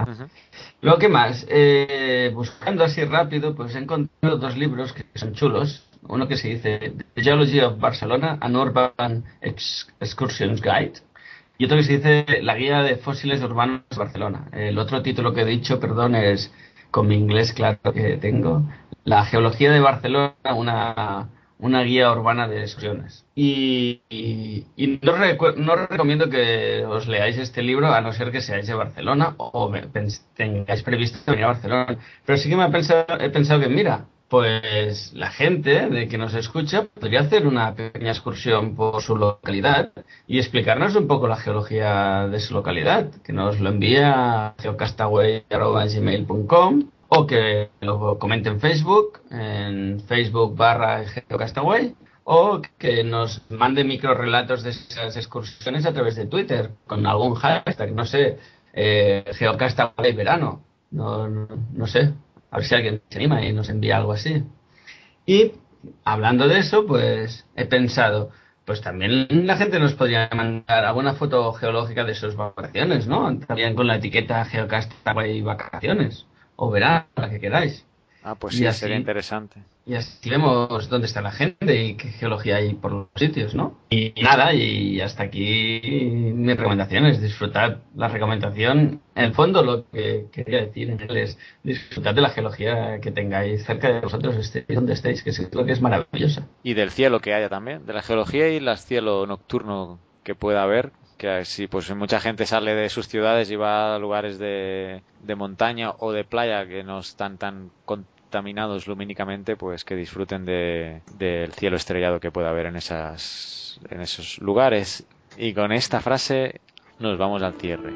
Ujú. Luego, ¿qué más? Buscando así rápido, pues he encontrado dos libros que son chulos. Uno que se dice The Geology of Barcelona, an Urban Excursions Guide. Y otro que se dice La Guía de Fósiles Urbanos de Barcelona. El otro título que he dicho, perdón, es, con mi inglés claro que tengo, La Geología de Barcelona, una guía urbana de excursiones. Y no recomiendo que os leáis este libro a no ser que seáis de Barcelona o tengáis previsto venir a Barcelona. Pero sí que he pensado que, mira, pues la gente de que nos escucha podría hacer una pequeña excursión por su localidad y explicarnos un poco la geología de su localidad, que nos lo envía a geocastaway@gmail.com o que lo comente en Facebook /geocastaway, o que nos mande microrelatos de esas excursiones a través de Twitter con algún hashtag, no sé, Geocastaway verano, no sé, a ver si alguien se anima y nos envía algo así. Y hablando de eso, pues he pensado, pues también la gente nos podría mandar alguna foto geológica de sus vacaciones, ¿no? También con la etiqueta Geocastaway vacaciones o verano, la que queráis. Ah, pues Y sí, sería así, interesante. y así vemos dónde está la gente y qué geología hay por los sitios, ¿no? Y nada, y hasta aquí mis recomendaciones. Disfrutad la recomendación. En el fondo, lo que quería decir en él es disfrutad de la geología que tengáis cerca de vosotros, estéis donde estéis, que seguro que es maravillosa. Y del cielo que haya también, de la geología y el cielo nocturno que pueda haber, que si pues mucha gente sale de sus ciudades y va a lugares de montaña o de playa que no están tan contaminados lumínicamente, pues que disfruten del cielo estrellado que pueda haber en esos lugares. Y con esta frase nos vamos al cierre.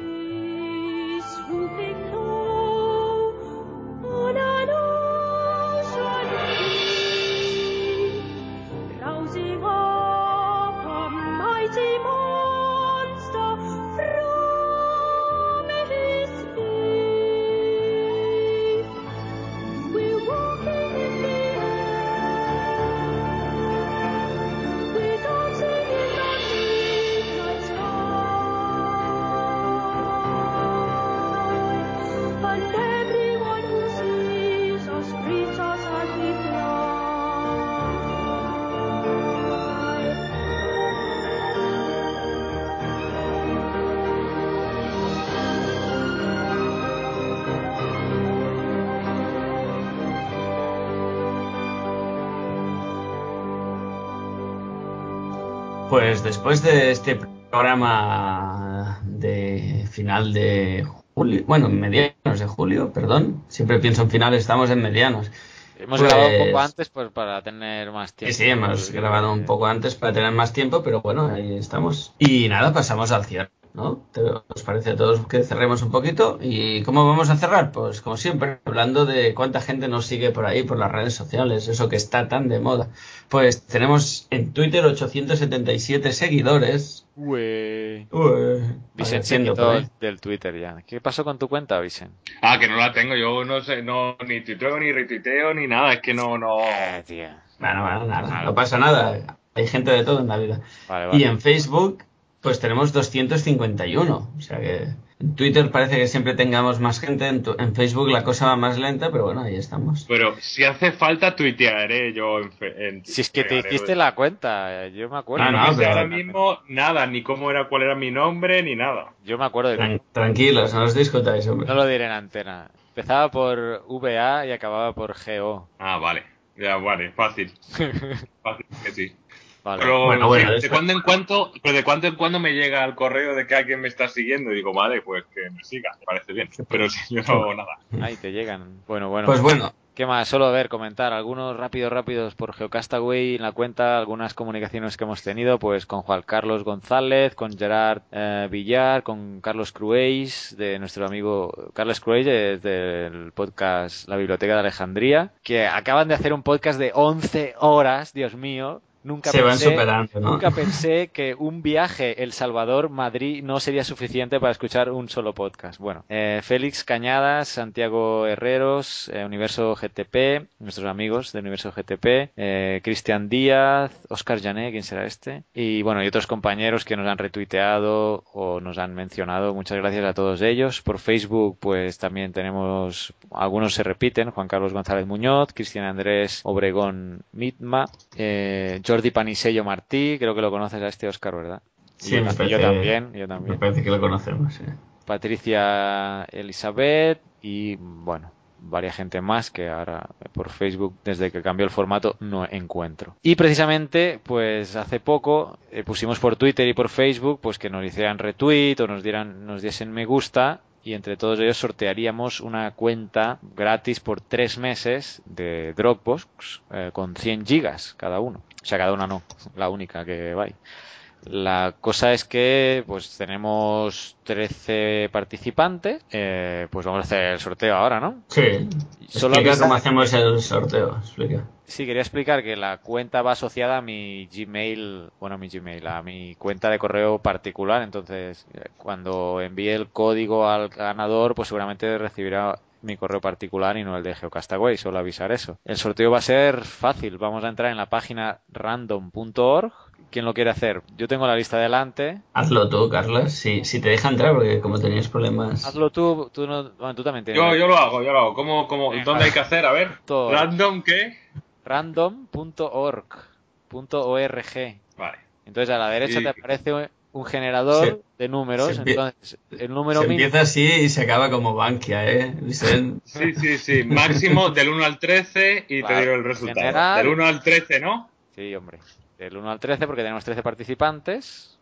Pues después de este programa de final de julio, bueno, medianos de julio, perdón, siempre pienso en finales, estamos en medianos. Hemos grabado un poco Pues antes pues para tener más sí, tiempo. sí, hemos grabado un poco antes para tener más tiempo, pero bueno, ahí estamos. Y nada, pasamos al cierre, ¿no? ¿Os parece a todos que cerremos un poquito? ¿Y cómo vamos a cerrar? Pues como siempre, hablando de cuánta gente nos sigue por ahí, por las redes sociales, eso que está tan de moda. Pues tenemos en Twitter 877 seguidores. Ué. Vicent se Agradeciendo por quitó ahí. del Twitter ya. ¿Qué pasó con tu cuenta, Vicent? Ah, que no la tengo, yo no sé, no, ni tuiteo, ni retuiteo, ni nada, es que no. Tío. Bueno, nada, Vale, no pasa nada. Hay gente de todo en la vida. Y vale. en Facebook, pues tenemos 251. O sea que en Twitter parece que siempre tengamos más gente. En Facebook la cosa va más lenta, pero bueno, ahí estamos. Pero si hace falta, tuitearé yo Si es que te pegaré lo hiciste de- la cuenta, yo me Pero acuerdo. no me No, sé ahora pero mismo nada, ni cómo era, cuál era mi nombre, ni nada. Yo me acuerdo de ti. tranquilos, no os discutáis, hombre. No lo diré en antena. Empezaba por VA y acababa por GO. Ah, vale. Ya, vale, fácil. Fácil que sí. Vale. Bueno, Pero sí, bueno, de cuando en cuando me llega el correo de que alguien me está siguiendo y digo, vale, pues que me siga, me parece bien. Pero si yo no, nada. Ahí te llegan. Bueno. Pues bueno, ¿Qué más? Solo ver, comentar algunos rápidos por Geocastaway en la cuenta, algunas comunicaciones que hemos tenido, pues con Juan Carlos González, con Gerard Villar, con Carlos Crueix, de nuestro amigo Carlos Crueix, del podcast La Biblioteca de Alejandría, que acaban de hacer un podcast de 11 horas, Dios mío, Se van superando, ¿no? Nunca pensé que un viaje El Salvador-Madrid no sería suficiente para escuchar un solo podcast. Bueno, Félix Cañadas, Santiago Herreros, Universo GTP, nuestros amigos de Universo GTP, Cristian Díaz, Óscar Llané, ¿quién será este? Y bueno, y otros compañeros que nos han retuiteado o nos han mencionado. Muchas gracias a todos ellos. Por Facebook, pues también tenemos, algunos se repiten, Juan Carlos González Muñoz, Cristian Andrés Obregón Mitma, Jordi Panisello Martí, creo que lo conoces a este Óscar, ¿verdad? Sí, yo también. Me parece que lo conocemos, sí. Patricia Elizabeth y, bueno, varias gente más que ahora por Facebook, desde que cambió el formato, no encuentro. Y precisamente, pues hace poco pusimos por Twitter y por Facebook pues que nos hicieran retweet o nos diesen me gusta, y entre todos ellos sortearíamos una cuenta gratis por 3 meses de Dropbox con 100 gigas cada uno. O sea, cada una no, la única que va ahí. La cosa es que pues tenemos 13 participantes, pues vamos a hacer el sorteo ahora, ¿no? Sí. Explica cómo hacemos el sorteo. Explica. Sí, quería explicar que la cuenta va asociada a mi Gmail, a mi cuenta de correo particular. Entonces, cuando envíe el código al ganador, pues seguramente recibirá mi correo particular y no el de Geocastaway, solo avisar eso. El sorteo va a ser fácil. Vamos a entrar en la página random.org. ¿Quién lo quiere hacer? Yo tengo la lista delante. Hazlo tú, Carlos, si te deja entrar, porque como tenías problemas... Hazlo tú, tú también tienes. Yo lo hago. ¿Dónde hay que hacer? A ver, ¿random qué? Random.org. Vale. Entonces a la derecha te aparece un generador de números. Entonces, el número se empieza así y se acaba como Bankia, ¿eh? Sí. Máximo del 1 al 13 y claro, te digo el resultado. General, del 1 al 13, ¿no? Sí, hombre. Del 1 al 13 porque tenemos 13 participantes.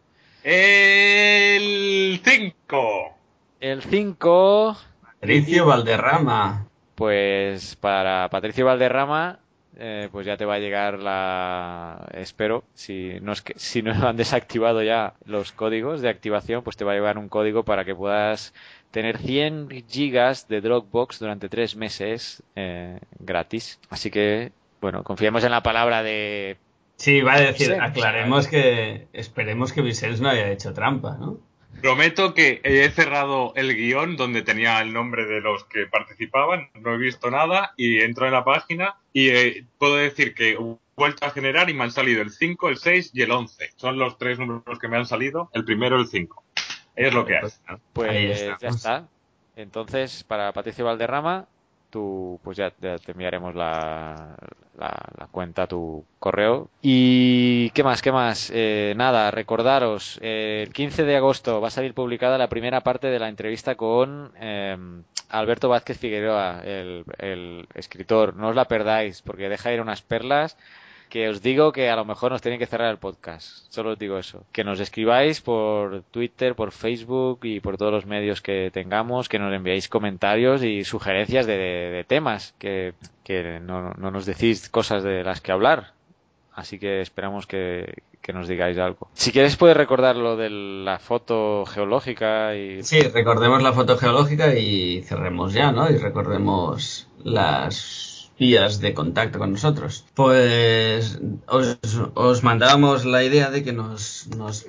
El 5. El 5... Patricio Valderrama. Pues para Patricio Valderrama... pues ya te va a llegar espero, si no han desactivado ya los códigos de activación, pues te va a llegar un código para que puedas tener 100 gigas de Dropbox durante 3 meses gratis. Así que, bueno, confiemos en la palabra de... Sí, va a decir, aclaremos que esperemos que Vicens no haya hecho trampa, ¿no? Prometo que he cerrado el guión donde tenía el nombre de los que participaban, no he visto nada y entro en la página y puedo decir que he vuelto a generar y me han salido el 5, el 6 y el 11. Son los 3 números que me han salido, el primero el 5. Es lo que hay. Pues ya está. Entonces, para Patricio Valderrama, tú, pues ya te enviaremos la cuenta, tu correo. ¿Y qué más? Nada, recordaros, el 15 de agosto va a salir publicada la primera parte de la entrevista con Alberto Vázquez Figueroa, el escritor. No os la perdáis, porque deja ir unas perlas que os digo que a lo mejor nos tienen que cerrar el podcast. Solo os digo eso. Que nos escribáis por Twitter, por Facebook y por todos los medios que tengamos, que nos enviéis comentarios y sugerencias de temas, que no nos decís cosas de las que hablar. Así que esperamos que nos digáis algo. Si quieres puedes recordar lo de la foto geológica y... Sí, recordemos la foto geológica y cerremos ya, ¿no? Y recordemos las vías de contacto con nosotros. Pues os mandábamos la idea de que nos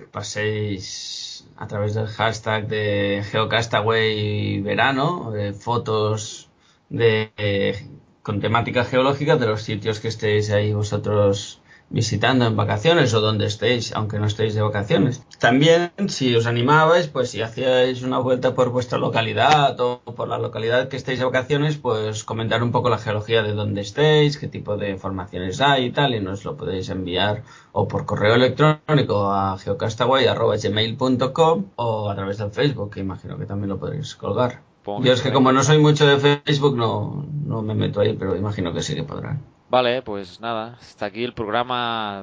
paséis a través del hashtag de Geocastaway verano fotos con temática geológica de los sitios que estéis ahí vosotros visitando en vacaciones o donde estéis, aunque no estéis de vacaciones. También, si os animabais, pues si hacíais una vuelta por vuestra localidad o por la localidad que estéis de vacaciones, pues comentar un poco la geología de dónde estéis, qué tipo de informaciones hay y tal, y nos lo podéis enviar o por correo electrónico a geocastaway@gmail.com o a través del Facebook, que imagino que también lo podréis colgar. Yo es que como no soy mucho de Facebook no me meto ahí, pero imagino que sí que podrán. Vale, pues nada, hasta aquí el programa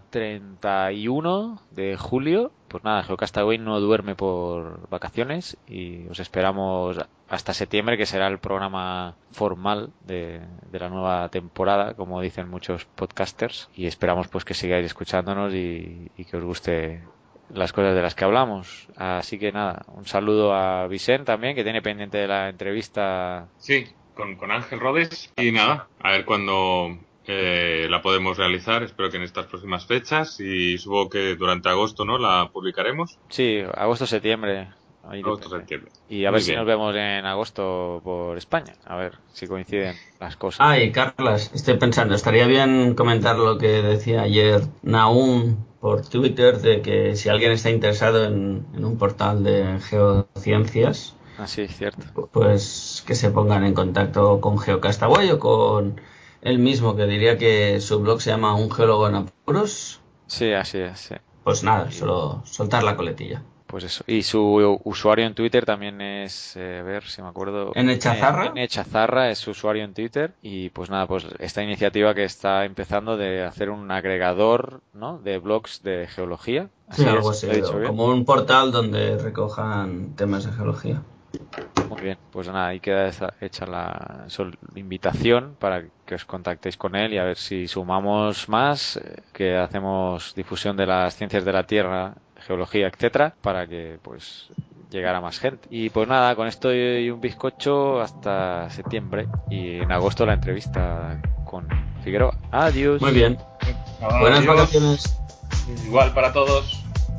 31 de julio. Pues nada, Geocastaway no duerme por vacaciones y os esperamos hasta septiembre, que será el programa formal de la nueva temporada, como dicen muchos podcasters. Y esperamos pues que sigáis escuchándonos y que os guste las cosas de las que hablamos. Así que nada, un saludo a Vicent también, que tiene pendiente de la entrevista. Sí, con Ángel Rodes. Y nada, a ver cuando la podemos realizar, espero que en estas próximas fechas, y supongo que durante agosto, ¿no?, la publicaremos. Sí, agosto-septiembre. Agosto-septiembre. Y a ver si nos vemos en agosto por España, a ver si coinciden las cosas. Ay, Carlas, estoy pensando, estaría bien comentar lo que decía ayer Naum por Twitter, de que si alguien está interesado en un portal de geociencias, sí, es cierto, pues que se pongan en contacto con GeoCastaway o con él mismo, que diría que su blog se llama Un geólogo en apuros. Sí, así es, sí. Pues nada, solo soltar la coletilla. Pues eso. Y su usuario en Twitter también es, a ver si me acuerdo. ¿Nchazarra? Nchazarra es su usuario en Twitter. Y pues nada, pues esta iniciativa que está empezando de hacer un agregador, ¿no?, de blogs de geología. Sí, algo así. Como un portal donde recojan temas de geología. Muy bien, pues nada, ahí queda hecha la invitación para que os contactéis con él y a ver si sumamos más, que hacemos difusión de las ciencias de la Tierra, geología, etcétera, para que pues llegara más gente. Y pues nada, con esto y un bizcocho hasta septiembre y en agosto la entrevista con Figueroa. Adiós. Muy bien. Buenas vacaciones. Igual para todos.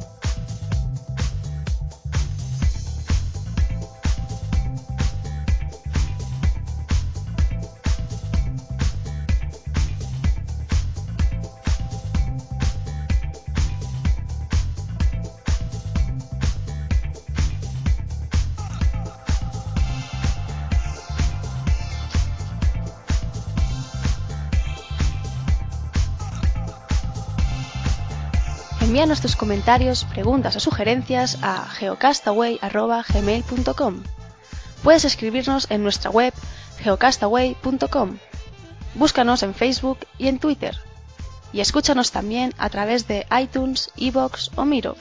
Envíanos tus comentarios, preguntas o sugerencias a geocastaway@gmail.com. Puedes escribirnos en nuestra web geocastaway.com. Búscanos en Facebook y en Twitter. Y escúchanos también a través de iTunes, iVoox o Miro.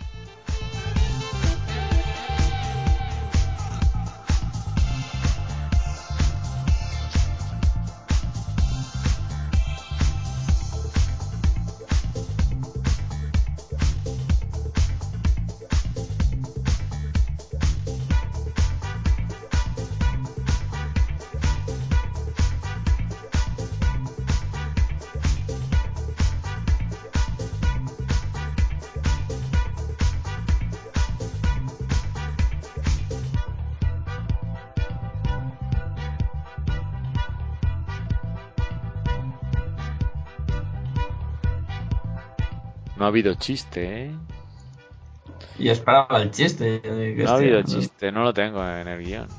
No ha habido chiste, ¿eh? Yo esperaba el chiste. No ha habido chiste, no lo tengo en el guión.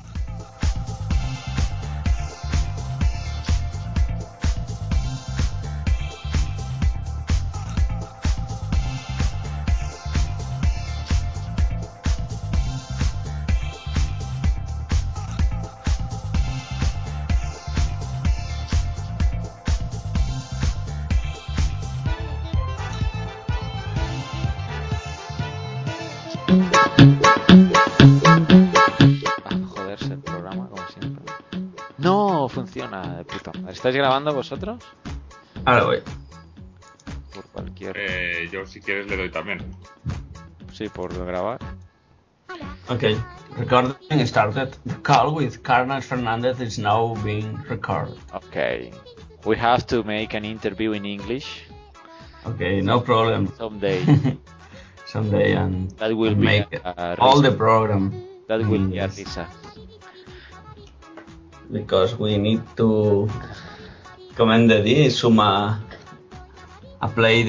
Joderse el programa, como siempre. No funciona de puta madre. ¿Estáis grabando vosotros? Ahora voy. Por cualquier. Yo si quieres le doy también. Sí, por grabar. Okay. Recording started. The call with Carlos Fernandez is now being recorded. Okay. We have to make an interview in English. Okay, no problem. Someday. Someday, and that will and be make it all the program. That will be a risa. Because we need to commend the Suma play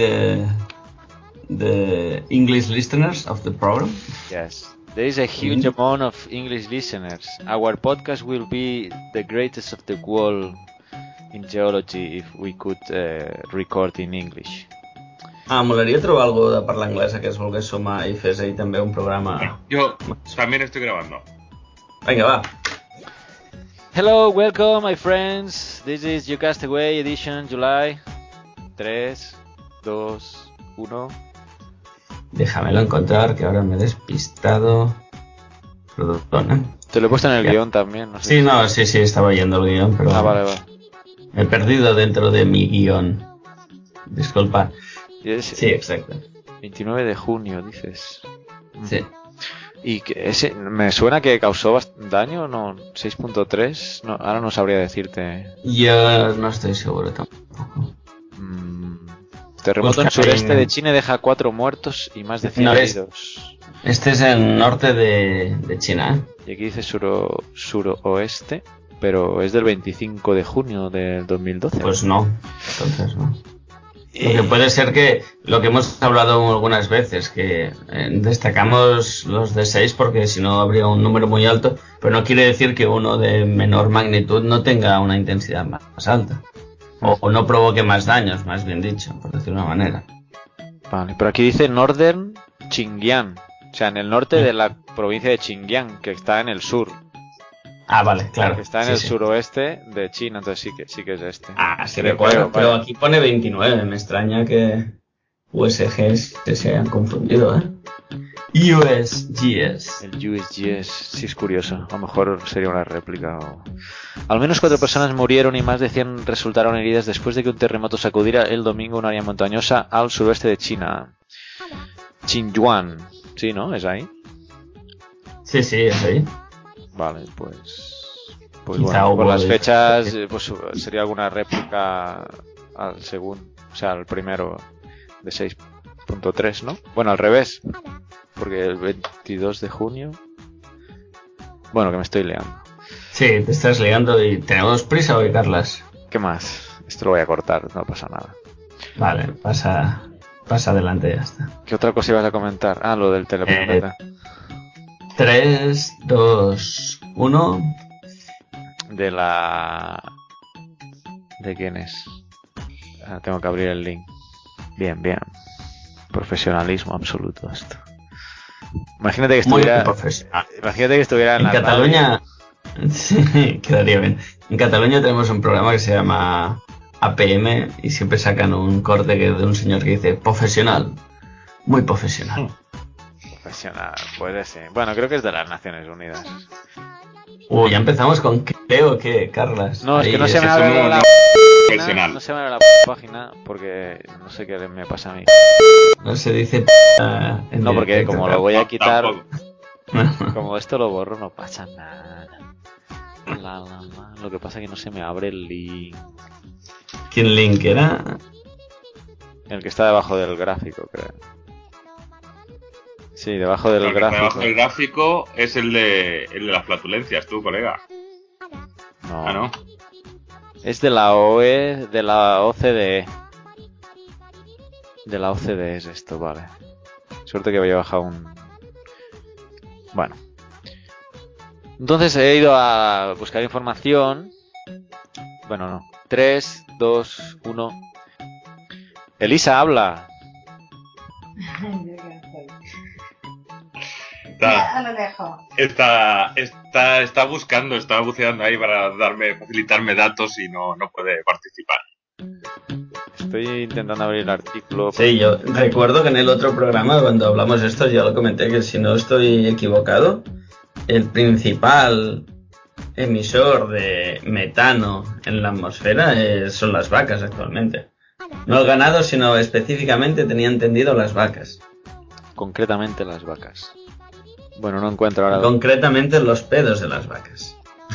the English listeners of the program. Yes. There is a huge amount of English listeners. Our podcast will be the greatest of the world in geology if we could record in English. Molaria trobar algú de parlar anglès que es volgués sumar i fes ell també un programa. Yo también estoy grabando. Venga, va. Hello, welcome my friends. This is GeoCastaway edition July. 3, 2, 1. Déjamelo encontrar, que ahora me he despistado. Perdona. Te lo he puesto en el guión también, no sé. Sí, no, sí, estaba yendo el guión, pero... vale. Me he perdido dentro de mi guión. Disculpa. Sí, exacto. 29 de junio, dices. Sí. Y que ese, me suena que causó daño, ¿no? 6.3, no, ahora no sabría decirte. Yo no estoy seguro tampoco. Terremoto en sureste de China deja 4 muertos y más de 100 heridos. Este es el norte de China, ¿eh? Y aquí dice suroeste, pero es del 25 de junio del 2012. Pues no, entonces no. Lo que puede ser que lo que hemos hablado algunas veces, que destacamos los de 6 porque si no habría un número muy alto, pero no quiere decir que uno de menor magnitud no tenga una intensidad más alta. O no provoque más daños, más bien dicho, por decirlo de una manera. Vale, pero aquí dice Northern Xinjiang, o sea, en el norte de la provincia de Xinjiang, que está en el sur. Ah, vale, claro. Que está en el suroeste de China, entonces sí que es este. Ah, sí que cuadra, pero aquí pone 29, me extraña que USGs se hayan confundido, ¿eh? USGS. El USGS, sí es curioso, a lo mejor sería una réplica o... Al menos 4 personas murieron y más de 100 resultaron heridas después de que un terremoto sacudiera el domingo un área montañosa al suroeste de China. Xinjiang, sí, ¿no? ¿Es ahí? Sí, es ahí. Vale, pues bueno, por las fechas pues sería alguna réplica al segundo, o sea, al primero de 6.3, ¿no? Bueno, al revés, porque el 22 de junio... Bueno, que me estoy liando. Sí, te estás liando y tenemos prisa hoy, Carlas. ¿Qué más? Esto lo voy a cortar, no pasa nada. Vale, pasa adelante, ya está. ¿Qué otra cosa ibas a comentar? Ah, lo del teleprompter. 3, 2, 1... ¿De quién es? Ah, tengo que abrir el link. Bien. Profesionalismo absoluto esto. Imagínate que estuviera en la Cataluña. Sí, quedaría bien. En Cataluña tenemos un programa que se llama APM y siempre sacan un corte de un señor que dice profesional. Muy profesional. Profesional, puede ser. Bueno, creo que es de las Naciones Unidas. Ya empezamos con creo que, Carlas. No, es que no se me abre la página porque no sé qué me pasa a mí. No se dice no, porque como lo voy a quitar, Tampoco. como esto lo borro, no pasa nada. Lo que pasa es que no se me abre el link. ¿Qué link era? El que está debajo del gráfico, creo. Sí, debajo del gráfico. Debajo del gráfico es el de las flatulencias, tú, colega. No. Ah, ¿no? Es de la OCDE. De la OCDE es esto, vale. Suerte que había bajado un... Bueno. Entonces he ido a buscar información. Bueno, no. 3, 2, 1... Elisa, habla. Está buscando, está buceando ahí para facilitarme datos y no puede participar. Estoy intentando abrir el artículo. Sí, yo recuerdo que en el otro programa, cuando hablamos de esto, ya lo comenté, que si no estoy equivocado, el principal emisor de metano en la atmósfera son las vacas actualmente. No el ganado, sino específicamente tenía entendido las vacas. Concretamente las vacas. Bueno, no encuentro ahora... Concretamente los pedos de las vacas.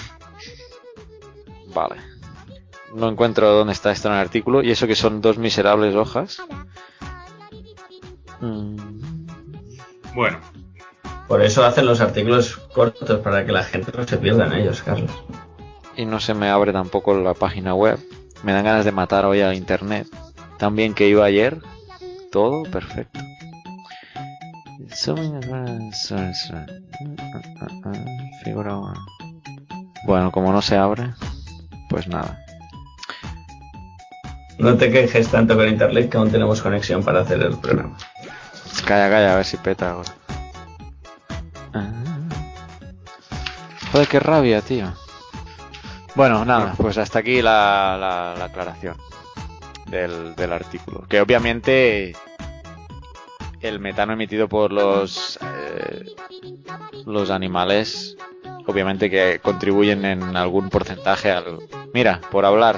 Vale. No encuentro dónde está esto en el artículo. Y eso que son 2 miserables hojas. Bueno. Por eso hacen los artículos cortos, para que la gente no se pierda en ellos, Carlos. Y no se me abre tampoco la página web. Me dan ganas de matar hoy a internet. Tan bien que iba ayer. Todo perfecto. Figura 1. Bueno, como no se abre, pues nada. No te quejes tanto con internet, que aún tenemos conexión para hacer el programa. Calla, a ver si peta ahora. Joder, qué rabia, tío. Bueno, nada, pues hasta aquí la aclaración del artículo. Que obviamente el metano emitido por los animales, obviamente que contribuyen en algún porcentaje al... Mira, por hablar.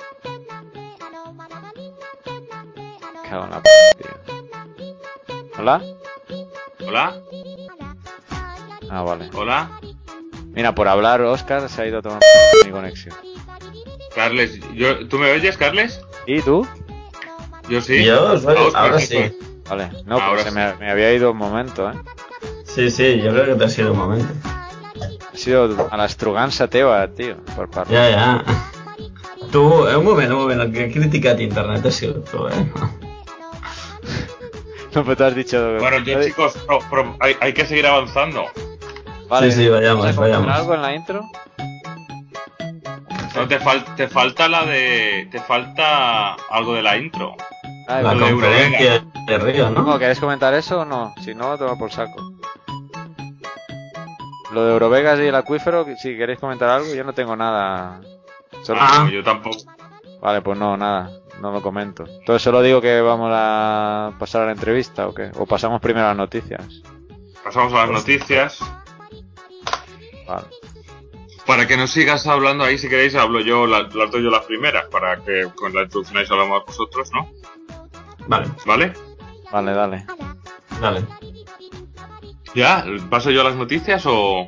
Cago en la p***, tío. ¿Hola? ¿Hola? Ah, vale. Hola. Mira, por hablar, Oscar se ha ido a tomar mi conexión. Carles, ¿tú me oyes, Carles? ¿Y tú? Yo sí. Yo os oigo, Oscar, ahora sí, sí. pues. Vale, no, Ahora pues sí. me había ido un momento, ¿eh? Sí, yo creo que te ha sido un momento. Ha sido a la Struganza teva, tío, por parte. Ya. Tú, un momento, que crítica de internet ha sido tú, No, pues tú has dicho... Bueno, yo, chicos, hay que seguir avanzando. Vale, Sí, vayamos. ¿algo en la intro? No, te falta te falta algo de la intro. Ah, La lo de conferencia de Río, ¿no? ¿No? ¿Queréis comentar eso o no? Si no, toma por saco. Lo de Eurovegas y el acuífero, si queréis comentar algo, yo no tengo nada. No, yo tampoco. Vale, pues no, nada, no lo comento. Entonces solo digo que vamos a pasar a la entrevista, ¿o qué? O pasamos primero a las noticias. Pasamos a las noticias. Vale. Para que nos sigas hablando ahí, si queréis, hablo yo, las doy yo las primeras, para que con la introducción ahí hablamos vosotros, ¿no? Vale. ¿Vale? Vale, dale. ¿Ya? ¿Paso yo a las noticias o...?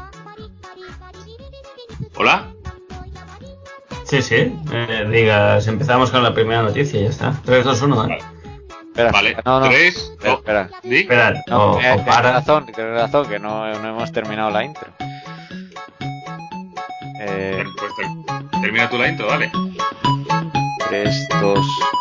¿Hola? Sí. Digas, empezamos con la primera noticia y ya está. 3, 2, 1, Vale. Espera, Vale, no. 3, Espera. ¿Di? Esperad, No, o para. tienes razón, que no hemos terminado la intro. Pues termina tú la intro, dale. 3, 2,